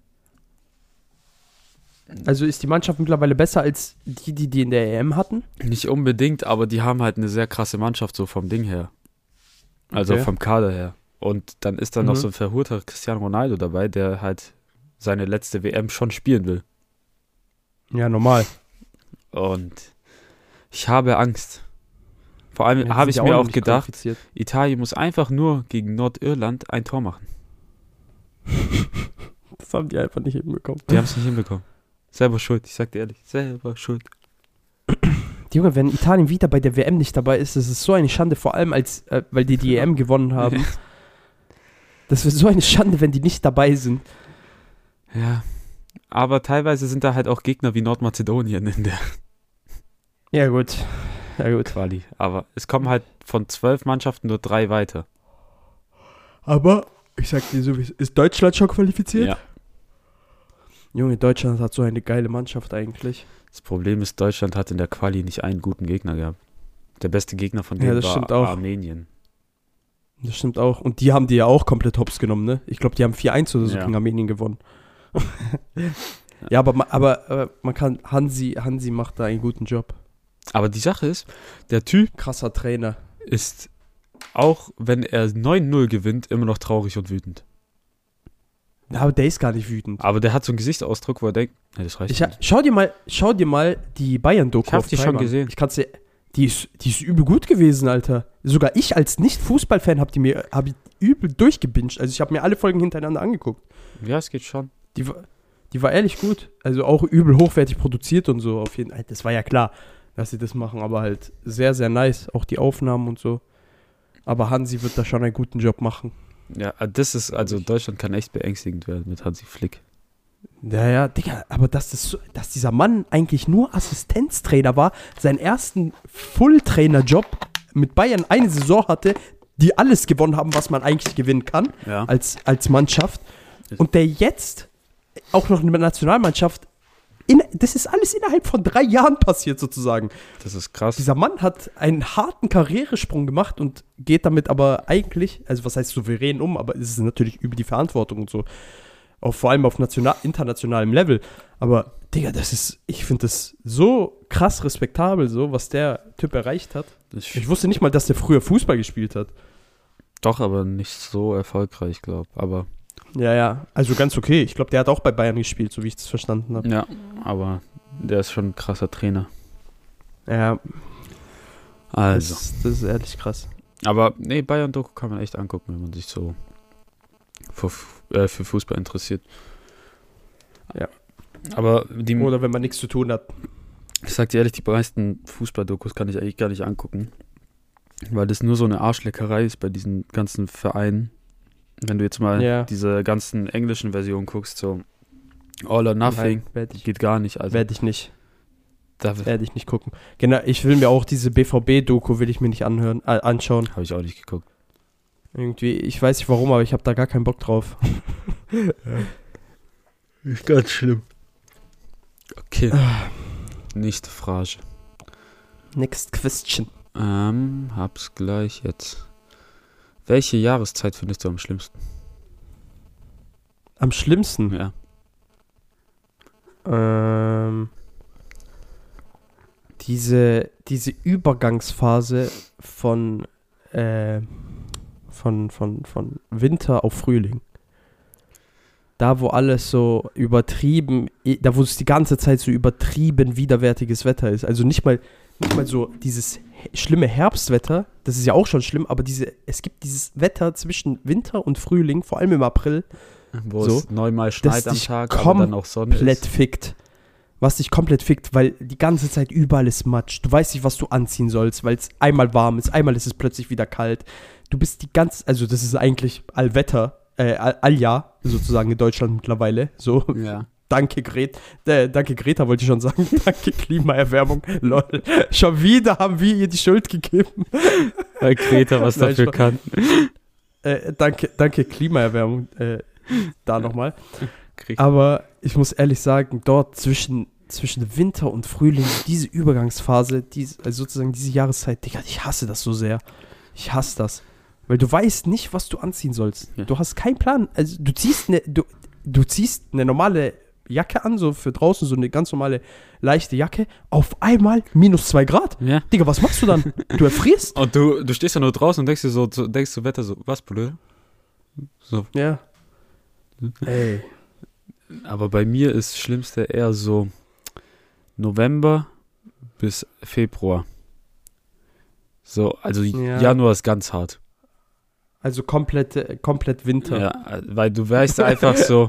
[SPEAKER 3] Also ist die Mannschaft mittlerweile besser als die, die die in der E M hatten?
[SPEAKER 4] Nicht unbedingt, aber die haben halt eine sehr krasse Mannschaft, so vom Ding her. Also
[SPEAKER 3] Okay.
[SPEAKER 4] vom Kader her. Und dann ist da noch
[SPEAKER 3] Mhm.
[SPEAKER 4] so ein verhurter Cristiano Ronaldo dabei, der halt seine letzte W M schon spielen will.
[SPEAKER 3] Ja, normal.
[SPEAKER 4] Und ich habe Angst. Vor allem
[SPEAKER 3] Ja, die
[SPEAKER 4] habe
[SPEAKER 3] sind
[SPEAKER 4] ich
[SPEAKER 3] ja
[SPEAKER 4] mir
[SPEAKER 3] noch
[SPEAKER 4] auch
[SPEAKER 3] nicht
[SPEAKER 4] gedacht,
[SPEAKER 3] qualifiziert.
[SPEAKER 4] Italien muss einfach nur gegen Nordirland ein Tor machen.
[SPEAKER 3] Das haben die einfach nicht hinbekommen.
[SPEAKER 4] Die haben es nicht hinbekommen. Selber schuld, ich sag dir ehrlich, selber schuld.
[SPEAKER 3] Junge, wenn Italien wieder bei der W M nicht dabei ist, das ist so eine Schande, vor allem als, äh, weil die die E M gewonnen haben. Das wird so eine Schande, wenn die nicht dabei sind.
[SPEAKER 4] Ja, aber teilweise sind da halt auch Gegner wie Nordmazedonien in der
[SPEAKER 3] Ja, gut. Ja, gut.
[SPEAKER 4] Quali. Aber es kommen halt von zwölf Mannschaften nur drei weiter.
[SPEAKER 3] Aber, ich sag dir so, wie es ist Deutschland schon qualifiziert?
[SPEAKER 4] Ja.
[SPEAKER 3] Junge, Deutschland hat so eine geile Mannschaft eigentlich.
[SPEAKER 4] Das Problem ist, Deutschland hat in der Quali nicht einen guten Gegner gehabt. Der beste Gegner von
[SPEAKER 3] Ja,
[SPEAKER 4] denen
[SPEAKER 3] das
[SPEAKER 4] war
[SPEAKER 3] stimmt auch.
[SPEAKER 4] Armenien.
[SPEAKER 3] Das stimmt auch. Und die haben die ja auch komplett hops genommen, ne? Ich glaube, die haben vier eins oder so
[SPEAKER 4] Ja.
[SPEAKER 3] gegen Armenien gewonnen. Ja, aber, ma- aber äh, man kann, Hansi, Hansi macht da einen guten Job.
[SPEAKER 4] Aber die Sache ist, der Typ
[SPEAKER 3] Krasser Trainer.
[SPEAKER 4] ist, auch wenn er neun null gewinnt, immer noch traurig und wütend.
[SPEAKER 3] Ja, aber der ist gar nicht wütend.
[SPEAKER 4] Aber der hat so einen Gesichtsausdruck, wo er denkt, nee, das reicht
[SPEAKER 3] Ich, ha-
[SPEAKER 4] nicht.
[SPEAKER 3] schau dir mal, schau dir mal die Bayern-Doku
[SPEAKER 4] Ich hab
[SPEAKER 3] auf
[SPEAKER 4] die
[SPEAKER 3] Prime
[SPEAKER 4] schon
[SPEAKER 3] an.
[SPEAKER 4] gesehen.
[SPEAKER 3] Ich kann's dir, die ist, die ist übel gut gewesen, Alter. Sogar ich als Nicht-Fußballfan hab die mir, hab ich übel durchgebinged. Also ich habe mir alle Folgen hintereinander angeguckt.
[SPEAKER 4] Ja, es geht schon.
[SPEAKER 3] Die war, die war ehrlich gut. Also auch übel hochwertig produziert und so. Auf jeden Fall. Das war ja klar, dass sie das machen, aber halt sehr, sehr nice. Auch die Aufnahmen und so. Aber Hansi wird da schon einen guten Job machen.
[SPEAKER 4] Ja, das ist, also Deutschland kann echt beängstigend werden mit Hansi Flick.
[SPEAKER 3] Ja, ja, Digga, aber dass, das so, dass dieser Mann eigentlich nur Assistenztrainer war, seinen ersten Full-Trainer-Job mit Bayern eine Saison hatte, die alles gewonnen haben, was man eigentlich gewinnen kann
[SPEAKER 4] Ja.
[SPEAKER 3] als, als Mannschaft. Und der jetzt auch noch eine Nationalmannschaft, in, das ist alles innerhalb von drei Jahren passiert sozusagen.
[SPEAKER 4] Das ist krass.
[SPEAKER 3] Dieser Mann hat einen harten Karrieresprung gemacht und geht damit aber eigentlich, also was heißt souverän um, aber es ist natürlich über die Verantwortung und so. Auch vor allem auf national, internationalem Level. Aber, Digga, das ist, ich finde das so krass respektabel, so, was der Typ erreicht hat.
[SPEAKER 4] Das ist
[SPEAKER 3] Ich wusste nicht mal, dass der früher Fußball gespielt hat.
[SPEAKER 4] doch, aber nicht so erfolgreich, glaube ich. Aber
[SPEAKER 3] Ja, ja, also ganz okay. Ich glaube, der hat auch bei Bayern gespielt, so wie ich das verstanden habe.
[SPEAKER 4] ja, aber der ist schon ein krasser Trainer.
[SPEAKER 3] Ja,
[SPEAKER 4] Also.
[SPEAKER 3] das, das ist ehrlich krass.
[SPEAKER 4] Aber nee, Bayern-Doku kann man echt angucken, wenn man sich so für, äh, für Fußball interessiert.
[SPEAKER 3] Ja.
[SPEAKER 4] Aber die,
[SPEAKER 3] Oder wenn man nichts zu tun hat.
[SPEAKER 4] ich sag dir ehrlich, die meisten Fußball-Dokus kann ich eigentlich gar nicht angucken. Weil das nur so eine Arschleckerei ist bei diesen ganzen Vereinen. Wenn du jetzt mal
[SPEAKER 3] Ja.
[SPEAKER 4] diese ganzen englischen Versionen guckst, so All or Nothing,
[SPEAKER 3] Werde ich,
[SPEAKER 4] geht gar nicht. Also
[SPEAKER 3] werd ich nicht.
[SPEAKER 4] da
[SPEAKER 3] Werde ich nicht gucken. Genau, ich will mir auch diese B V B-Doku will ich mir nicht anhören, äh, anschauen.
[SPEAKER 4] habe ich auch nicht geguckt.
[SPEAKER 3] Irgendwie, ich weiß nicht warum, aber ich habe da gar keinen Bock drauf.
[SPEAKER 4] Ist ganz schlimm. Okay. Nächste Frage.
[SPEAKER 3] Next question.
[SPEAKER 4] Ähm, hab's gleich jetzt. Welche Jahreszeit findest du am schlimmsten?
[SPEAKER 3] Am schlimmsten?
[SPEAKER 4] Ja.
[SPEAKER 3] Ähm, diese, diese Übergangsphase von, äh, von, von, von Winter auf Frühling. Da, wo alles so übertrieben, da, wo es die ganze Zeit so übertrieben widerwärtiges Wetter ist. Also nicht mal, nicht mal so dieses schlimme Herbstwetter, das ist ja auch schon schlimm, aber diese, es gibt dieses Wetter zwischen Winter und Frühling, vor allem im April,
[SPEAKER 4] Wo
[SPEAKER 3] so,
[SPEAKER 4] es neunmal schneit am
[SPEAKER 3] dich
[SPEAKER 4] Tag, aber dann auch Sonne
[SPEAKER 3] komplett
[SPEAKER 4] ist.
[SPEAKER 3] fickt. Was dich komplett fickt, weil die ganze Zeit überall ist Matsch. Du weißt nicht, was du anziehen sollst, weil es einmal warm ist, einmal ist es plötzlich wieder kalt. Du bist die ganze, also das ist eigentlich Allwetter, äh, all, Alljahr sozusagen in Deutschland mittlerweile. So,
[SPEAKER 4] Ja.
[SPEAKER 3] danke Greta, äh, danke Greta wollte ich schon sagen, danke Klimaerwärmung, lol. Schon wieder haben wir ihr die Schuld gegeben.
[SPEAKER 4] Weil Greta was
[SPEAKER 3] Nein,
[SPEAKER 4] dafür
[SPEAKER 3] Spaß.
[SPEAKER 4] kann.
[SPEAKER 3] Äh, danke, danke Klimaerwärmung, äh, da nochmal.
[SPEAKER 4] Krieg-
[SPEAKER 3] Aber ich muss ehrlich sagen, dort zwischen, zwischen Winter und Frühling, diese Übergangsphase, diese, also sozusagen diese Jahreszeit, Digga, ich hasse das so sehr. Ich hasse das. Weil du weißt nicht, was du anziehen sollst.
[SPEAKER 4] Ja.
[SPEAKER 3] Du hast keinen Plan. Also du ziehst eine, du, du ziehst eine normale Jacke an, so für draußen, so eine ganz normale, leichte Jacke. Auf einmal minus zwei Grad.
[SPEAKER 4] Ja.
[SPEAKER 3] Digga, was machst du dann? Du erfrierst?
[SPEAKER 4] Und du, du stehst ja nur draußen und denkst dir so, so denkst du Wetter so, was blöd? So.
[SPEAKER 3] Ja. Ey.
[SPEAKER 4] Aber bei mir ist das Schlimmste eher so November bis Februar. So, also
[SPEAKER 3] Ja.
[SPEAKER 4] Januar ist ganz hart.
[SPEAKER 3] Also komplett, äh, komplett Winter.
[SPEAKER 4] Ja, weil du weißt einfach so,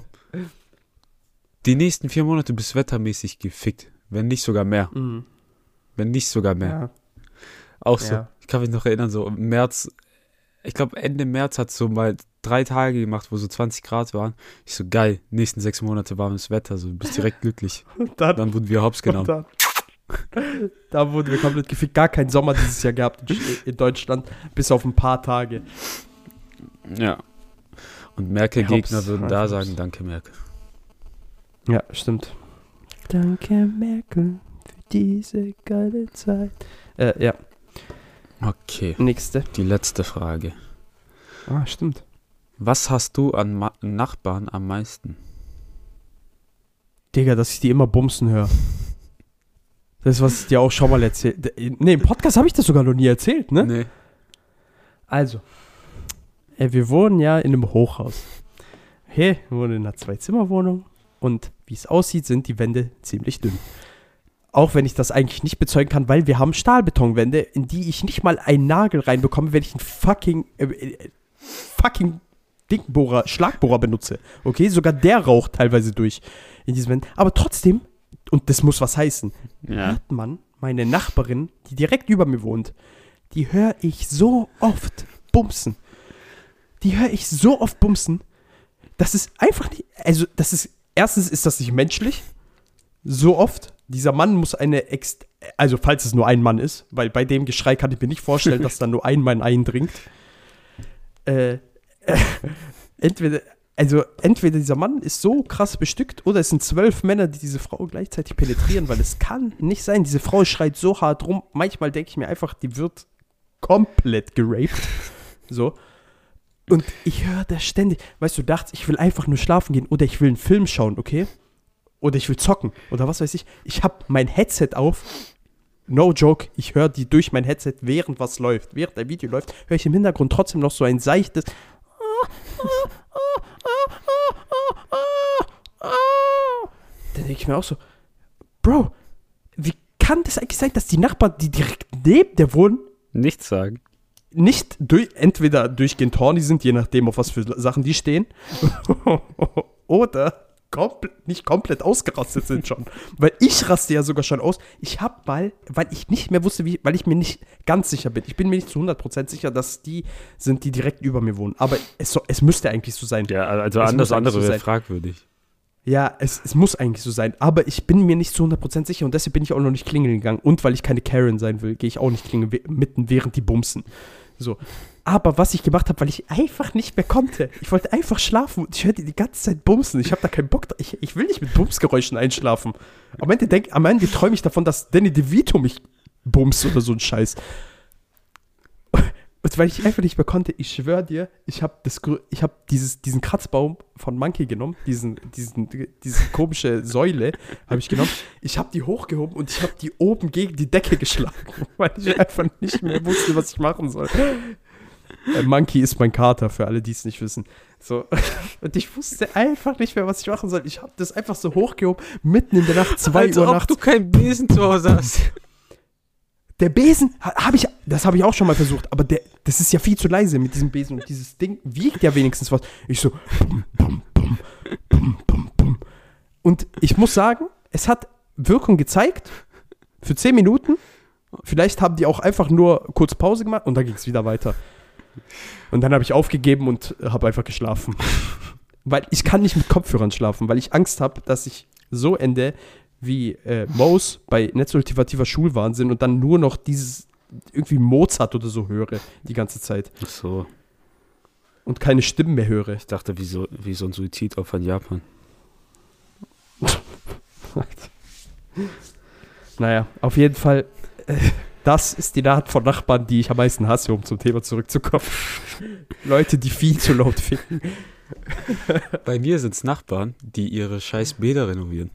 [SPEAKER 4] die nächsten vier Monate bist wettermäßig gefickt. Wenn nicht sogar mehr.
[SPEAKER 3] Mhm.
[SPEAKER 4] Wenn nicht sogar mehr.
[SPEAKER 3] Ja.
[SPEAKER 4] Auch so,
[SPEAKER 3] Ja.
[SPEAKER 4] ich kann mich noch erinnern, so im März, ich glaube Ende März hat es so mal drei Tage gemacht, wo so zwanzig Grad waren. Ich so, geil, nächsten sechs Monate warmes Wetter, so, du bist direkt glücklich.
[SPEAKER 3] Und dann,
[SPEAKER 4] Dann wurden wir hops genommen.
[SPEAKER 3] und dann, da wurden wir komplett gefickt. Gar keinen Sommer dieses Jahr gehabt in, in Deutschland, bis auf ein paar Tage.
[SPEAKER 4] Ja. Und Merkel-Gegner
[SPEAKER 3] Hops,
[SPEAKER 4] würden da
[SPEAKER 3] Hops.
[SPEAKER 4] sagen, danke Merkel.
[SPEAKER 3] Ja, stimmt. Danke, Merkel, für diese geile Zeit. Äh, ja,
[SPEAKER 4] Okay,
[SPEAKER 3] nächste.
[SPEAKER 4] die letzte Frage.
[SPEAKER 3] Ah, stimmt.
[SPEAKER 4] Was hast du an Ma- Nachbarn am meisten?
[SPEAKER 3] Digga, dass ich die immer bumsen höre. Das ist, was ich dir auch schon mal erzählt. Ne, im Podcast habe ich das sogar noch nie erzählt, ne?
[SPEAKER 4] Nee.
[SPEAKER 3] Also, äh, wir wohnen ja in einem Hochhaus. Hey, wir wohnen in einer Zwei-Zimmer-Wohnung und wie es aussieht, sind die Wände ziemlich dünn. Auch wenn ich das eigentlich nicht bezeugen kann, weil wir haben Stahlbetonwände, in die ich nicht mal einen Nagel reinbekomme, wenn ich einen fucking, äh, äh, fucking Dingbohrer, Schlagbohrer benutze. Okay, sogar der raucht teilweise durch in diesen Wänden. Aber trotzdem, und das muss was heißen,
[SPEAKER 4] Ja.
[SPEAKER 3] hört man meine Nachbarin, die direkt über mir wohnt, die höre ich so oft bumsen. Die höre ich so oft bumsen. Das ist einfach nicht, also das ist, erstens ist das nicht menschlich, so oft. Dieser Mann muss eine, Ex also falls es nur ein Mann ist, weil bei dem Geschrei kann ich mir nicht vorstellen, dass da nur ein Mann eindringt. Äh, äh, entweder, also entweder dieser Mann ist so krass bestückt oder es sind zwölf Männer, die diese Frau gleichzeitig penetrieren, weil es kann nicht sein. Diese Frau schreit so hart rum. Manchmal denke ich mir einfach, die wird komplett geraped. So. Und ich höre das ständig. Weißt du, dachte, ich will einfach nur schlafen gehen oder ich will einen Film schauen, okay? Oder ich will zocken oder was weiß ich. Ich habe mein Headset auf. No joke, ich höre die durch mein Headset, während was läuft. Während ein Video läuft, höre ich im Hintergrund trotzdem noch so ein seichtes Da denke ich mir auch so, Bro, wie kann das eigentlich sein, dass die Nachbarn, die direkt neben der wohnen,
[SPEAKER 4] Nichts sagen.
[SPEAKER 3] nicht durch, entweder durchgehend horny sind, je nachdem, auf was für Sachen die stehen, oder kompl- nicht komplett ausgerastet sind schon. Weil ich raste ja sogar schon aus. Ich hab mal, weil ich nicht mehr wusste, wie, weil ich mir nicht ganz sicher bin. Ich bin mir nicht zu hundert Prozent sicher, dass die sind, die direkt über mir wohnen. Aber es, so, es müsste eigentlich so sein.
[SPEAKER 4] Ja, also
[SPEAKER 3] Es
[SPEAKER 4] anders
[SPEAKER 3] muss eigentlich
[SPEAKER 4] andere
[SPEAKER 3] so
[SPEAKER 4] wäre
[SPEAKER 3] sein.
[SPEAKER 4] fragwürdig.
[SPEAKER 3] Ja, es, es muss eigentlich so sein. Aber ich bin mir nicht zu hundert Prozent sicher und deshalb bin ich auch noch nicht klingeln gegangen. Und weil ich keine Karen sein will, gehe ich auch nicht klingeln we- mitten, während die bumsen. So. Aber was ich gemacht habe, weil ich einfach nicht mehr konnte, ich wollte einfach schlafen und ich hörte die ganze Zeit bumsen. Ich habe da keinen Bock drauf. Ich, ich will nicht mit Bumsgeräuschen einschlafen. Am Ende, denk, am Ende träume ich davon, dass Danny DeVito mich bumst oder so ein Scheiß. Und weil ich einfach nicht mehr konnte, ich schwöre dir, ich habe hab diesen Kratzbaum von Monkey genommen, diesen, diesen, diese komische Säule habe ich genommen. Ich habe die hochgehoben und ich habe die oben gegen die Decke geschlagen, weil ich einfach nicht mehr wusste, was ich machen soll. Äh, Monkey ist mein Kater, für alle, die es nicht wissen. So. Und ich wusste einfach nicht mehr, was ich machen soll. Ich habe das einfach so hochgehoben, mitten in der Nacht, zwei Uhr nachts.
[SPEAKER 4] Als ob du keinen Besen zu Hause hast.
[SPEAKER 3] Der Besen, habe ich, das habe ich auch schon mal versucht, aber der, das ist ja viel zu leise mit diesem Besen und dieses Ding wiegt ja wenigstens was. Ich so, bum, bum, bum, bum, bum, bum. Und ich muss sagen, es hat Wirkung gezeigt für zehn Minuten. Vielleicht haben die auch einfach nur kurz Pause gemacht und dann ging es wieder weiter. Und dann habe ich aufgegeben und habe einfach geschlafen. Weil ich kann nicht mit Kopfhörern schlafen, weil ich Angst habe, dass ich so ende wie äh, Moos bei Netzultimativer Schulwahnsinn und dann nur noch dieses irgendwie Mozart oder so höre die ganze Zeit.
[SPEAKER 4] Ach so.
[SPEAKER 3] Und keine Stimmen mehr höre.
[SPEAKER 4] Ich dachte, wie so, wie so ein Suizidopfer in Japan.
[SPEAKER 3] Naja, auf jeden Fall, äh, das ist die Art von Nachbarn, die ich am meisten hasse, um zum Thema zurückzukommen. Leute, die viel zu laut ficken.
[SPEAKER 4] Bei mir sind es Nachbarn, die ihre scheiß Bäder renovieren.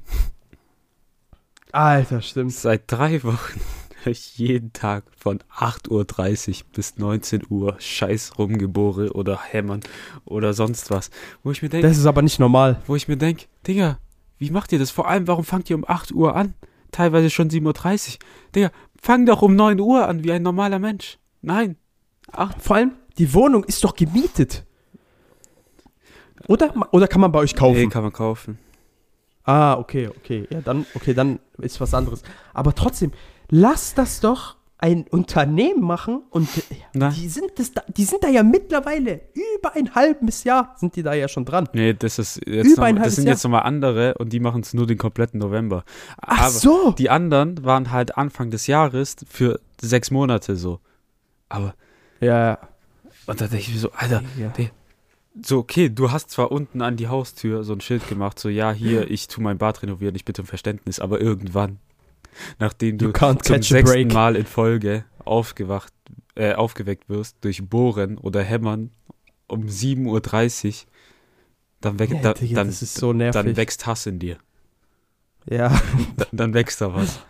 [SPEAKER 3] Alter, stimmt.
[SPEAKER 4] Seit drei Wochen höre ich jeden Tag von acht Uhr dreißig bis neunzehn Uhr scheiß Rumgebohre oder Hämmern oder sonst was. Wo ich mir denke,
[SPEAKER 3] das ist aber nicht normal.
[SPEAKER 4] Wo ich mir denke, Digga, wie macht ihr das? Vor allem, warum fangt ihr um acht Uhr an? Teilweise schon sieben Uhr dreißig. Digga, fang doch um neun Uhr an, wie ein normaler Mensch. Nein.
[SPEAKER 3] acht. Vor allem, die Wohnung ist doch gemietet. Oder, oder kann man bei euch kaufen?
[SPEAKER 4] Nee, kann man kaufen.
[SPEAKER 3] Ah, okay, okay. Ja, dann, okay, dann ist was anderes. Aber trotzdem, lass das doch ein Unternehmen machen und die sind, das da, die sind da ja mittlerweile über ein halbes Jahr sind die da ja schon dran.
[SPEAKER 4] Nee, das ist jetzt
[SPEAKER 3] über
[SPEAKER 4] noch, das sind
[SPEAKER 3] Jahr.
[SPEAKER 4] jetzt nochmal andere und die machen es nur den kompletten November.
[SPEAKER 3] Ach
[SPEAKER 4] Aber
[SPEAKER 3] so.
[SPEAKER 4] Die anderen waren halt Anfang des Jahres für sechs Monate so. Aber
[SPEAKER 3] ja.
[SPEAKER 4] Und da denke ich mir so, Alter,
[SPEAKER 3] ja.
[SPEAKER 4] der, so, okay, du hast zwar unten an die Haustür so ein Schild gemacht, so, ja, hier, ich tu mein Bad renovieren, ich bitte um Verständnis, aber irgendwann, nachdem du zum sechsten Mal in Folge aufgewacht, äh, aufgeweckt wirst durch Bohren oder Hämmern um sieben Uhr dreißig, dann, we-
[SPEAKER 3] ja,
[SPEAKER 4] da,
[SPEAKER 3] Digga,
[SPEAKER 4] dann,
[SPEAKER 3] das ist so nervig.
[SPEAKER 4] dann wächst Hass in dir.
[SPEAKER 3] Ja.
[SPEAKER 4] Da, dann wächst da was.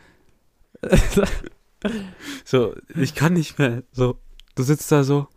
[SPEAKER 4] So, ich kann nicht mehr, so, du sitzt da so,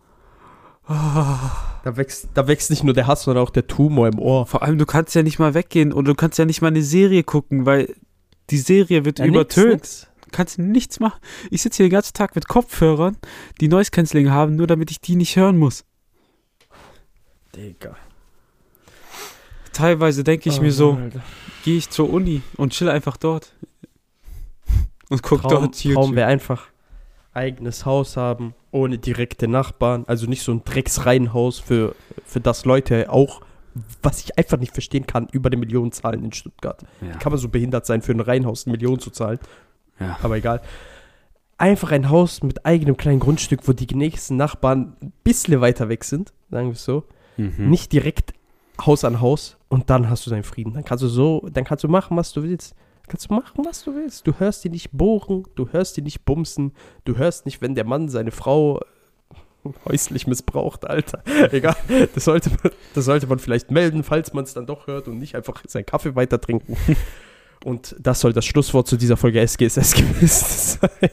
[SPEAKER 3] Da wächst, da wächst nicht nur der Hass, sondern auch der Tumor im Ohr.
[SPEAKER 4] Vor allem, du kannst ja nicht mal weggehen und du kannst ja nicht mal eine Serie gucken, weil die Serie wird ja, übertönt. Nix, nix. Du kannst nichts machen. Ich sitze hier den ganzen Tag mit Kopfhörern, die Noise Cancelling haben, nur damit ich die nicht hören muss.
[SPEAKER 3] Digga.
[SPEAKER 4] Teilweise denke ich oh, mir so, gehe ich zur Uni und chill einfach dort. Und guck
[SPEAKER 3] Traum,
[SPEAKER 4] dort YouTube.
[SPEAKER 3] Traum wäre einfach eigenes Haus haben, ohne direkte Nachbarn, also nicht so ein Drecksreihenhaus, für, für das Leute auch, was ich einfach nicht verstehen kann, über eine Million zahlen in Stuttgart. Ja. Kann man so behindert sein, für ein Reihenhaus eine Million zu zahlen?
[SPEAKER 4] Ja.
[SPEAKER 3] Aber egal. Einfach ein Haus mit eigenem kleinen Grundstück, wo die nächsten Nachbarn ein bisschen weiter weg sind, sagen wir es so.
[SPEAKER 4] Mhm.
[SPEAKER 3] Nicht direkt Haus an Haus und dann hast du deinen Frieden. Dann kannst du so, dann kannst du machen, was du willst. Kannst du machen, was du willst. Du hörst die nicht bohren, du hörst die nicht bumsen, du hörst nicht, wenn der Mann seine Frau häuslich missbraucht, Alter. Egal, das sollte man, das sollte man vielleicht melden, falls man es dann doch hört und nicht einfach seinen Kaffee weiter trinken. Und das soll das Schlusswort zu dieser Folge S G S S gewesen sein.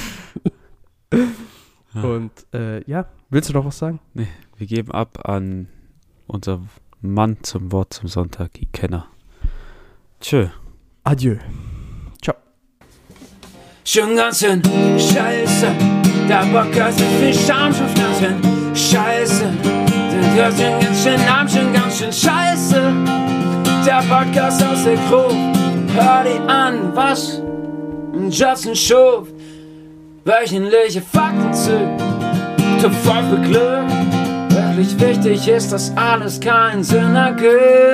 [SPEAKER 4] Ja.
[SPEAKER 3] Und äh, ja, willst du noch was sagen?
[SPEAKER 4] Nee, wir geben ab an unser Mann zum Wort zum Sonntag, die Kenner. Tschö.
[SPEAKER 3] Adieu. Ciao.
[SPEAKER 1] Schon ganz schön scheiße, der Podcast ist viel Scham, schon ganz schön scheiße. Der ist schon ganz schön arm, schon ganz schön scheiße. Der Podcast aus der Gruppe, hör die an, was Justin Schuf. Wöchentliche Faktenzüge, zu voll für Glück. Wirklich wichtig ist, dass alles keinen Sinn ergibt.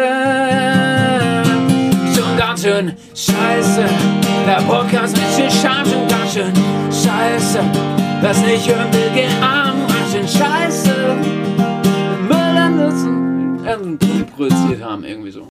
[SPEAKER 1] Schon ganz schön scheiße, der Podcast mit viel Scham, schon ganz schön scheiße. Wer's nicht hören will, geh an, ganz schön scheiße. irgendwie produziert haben, irgendwie so.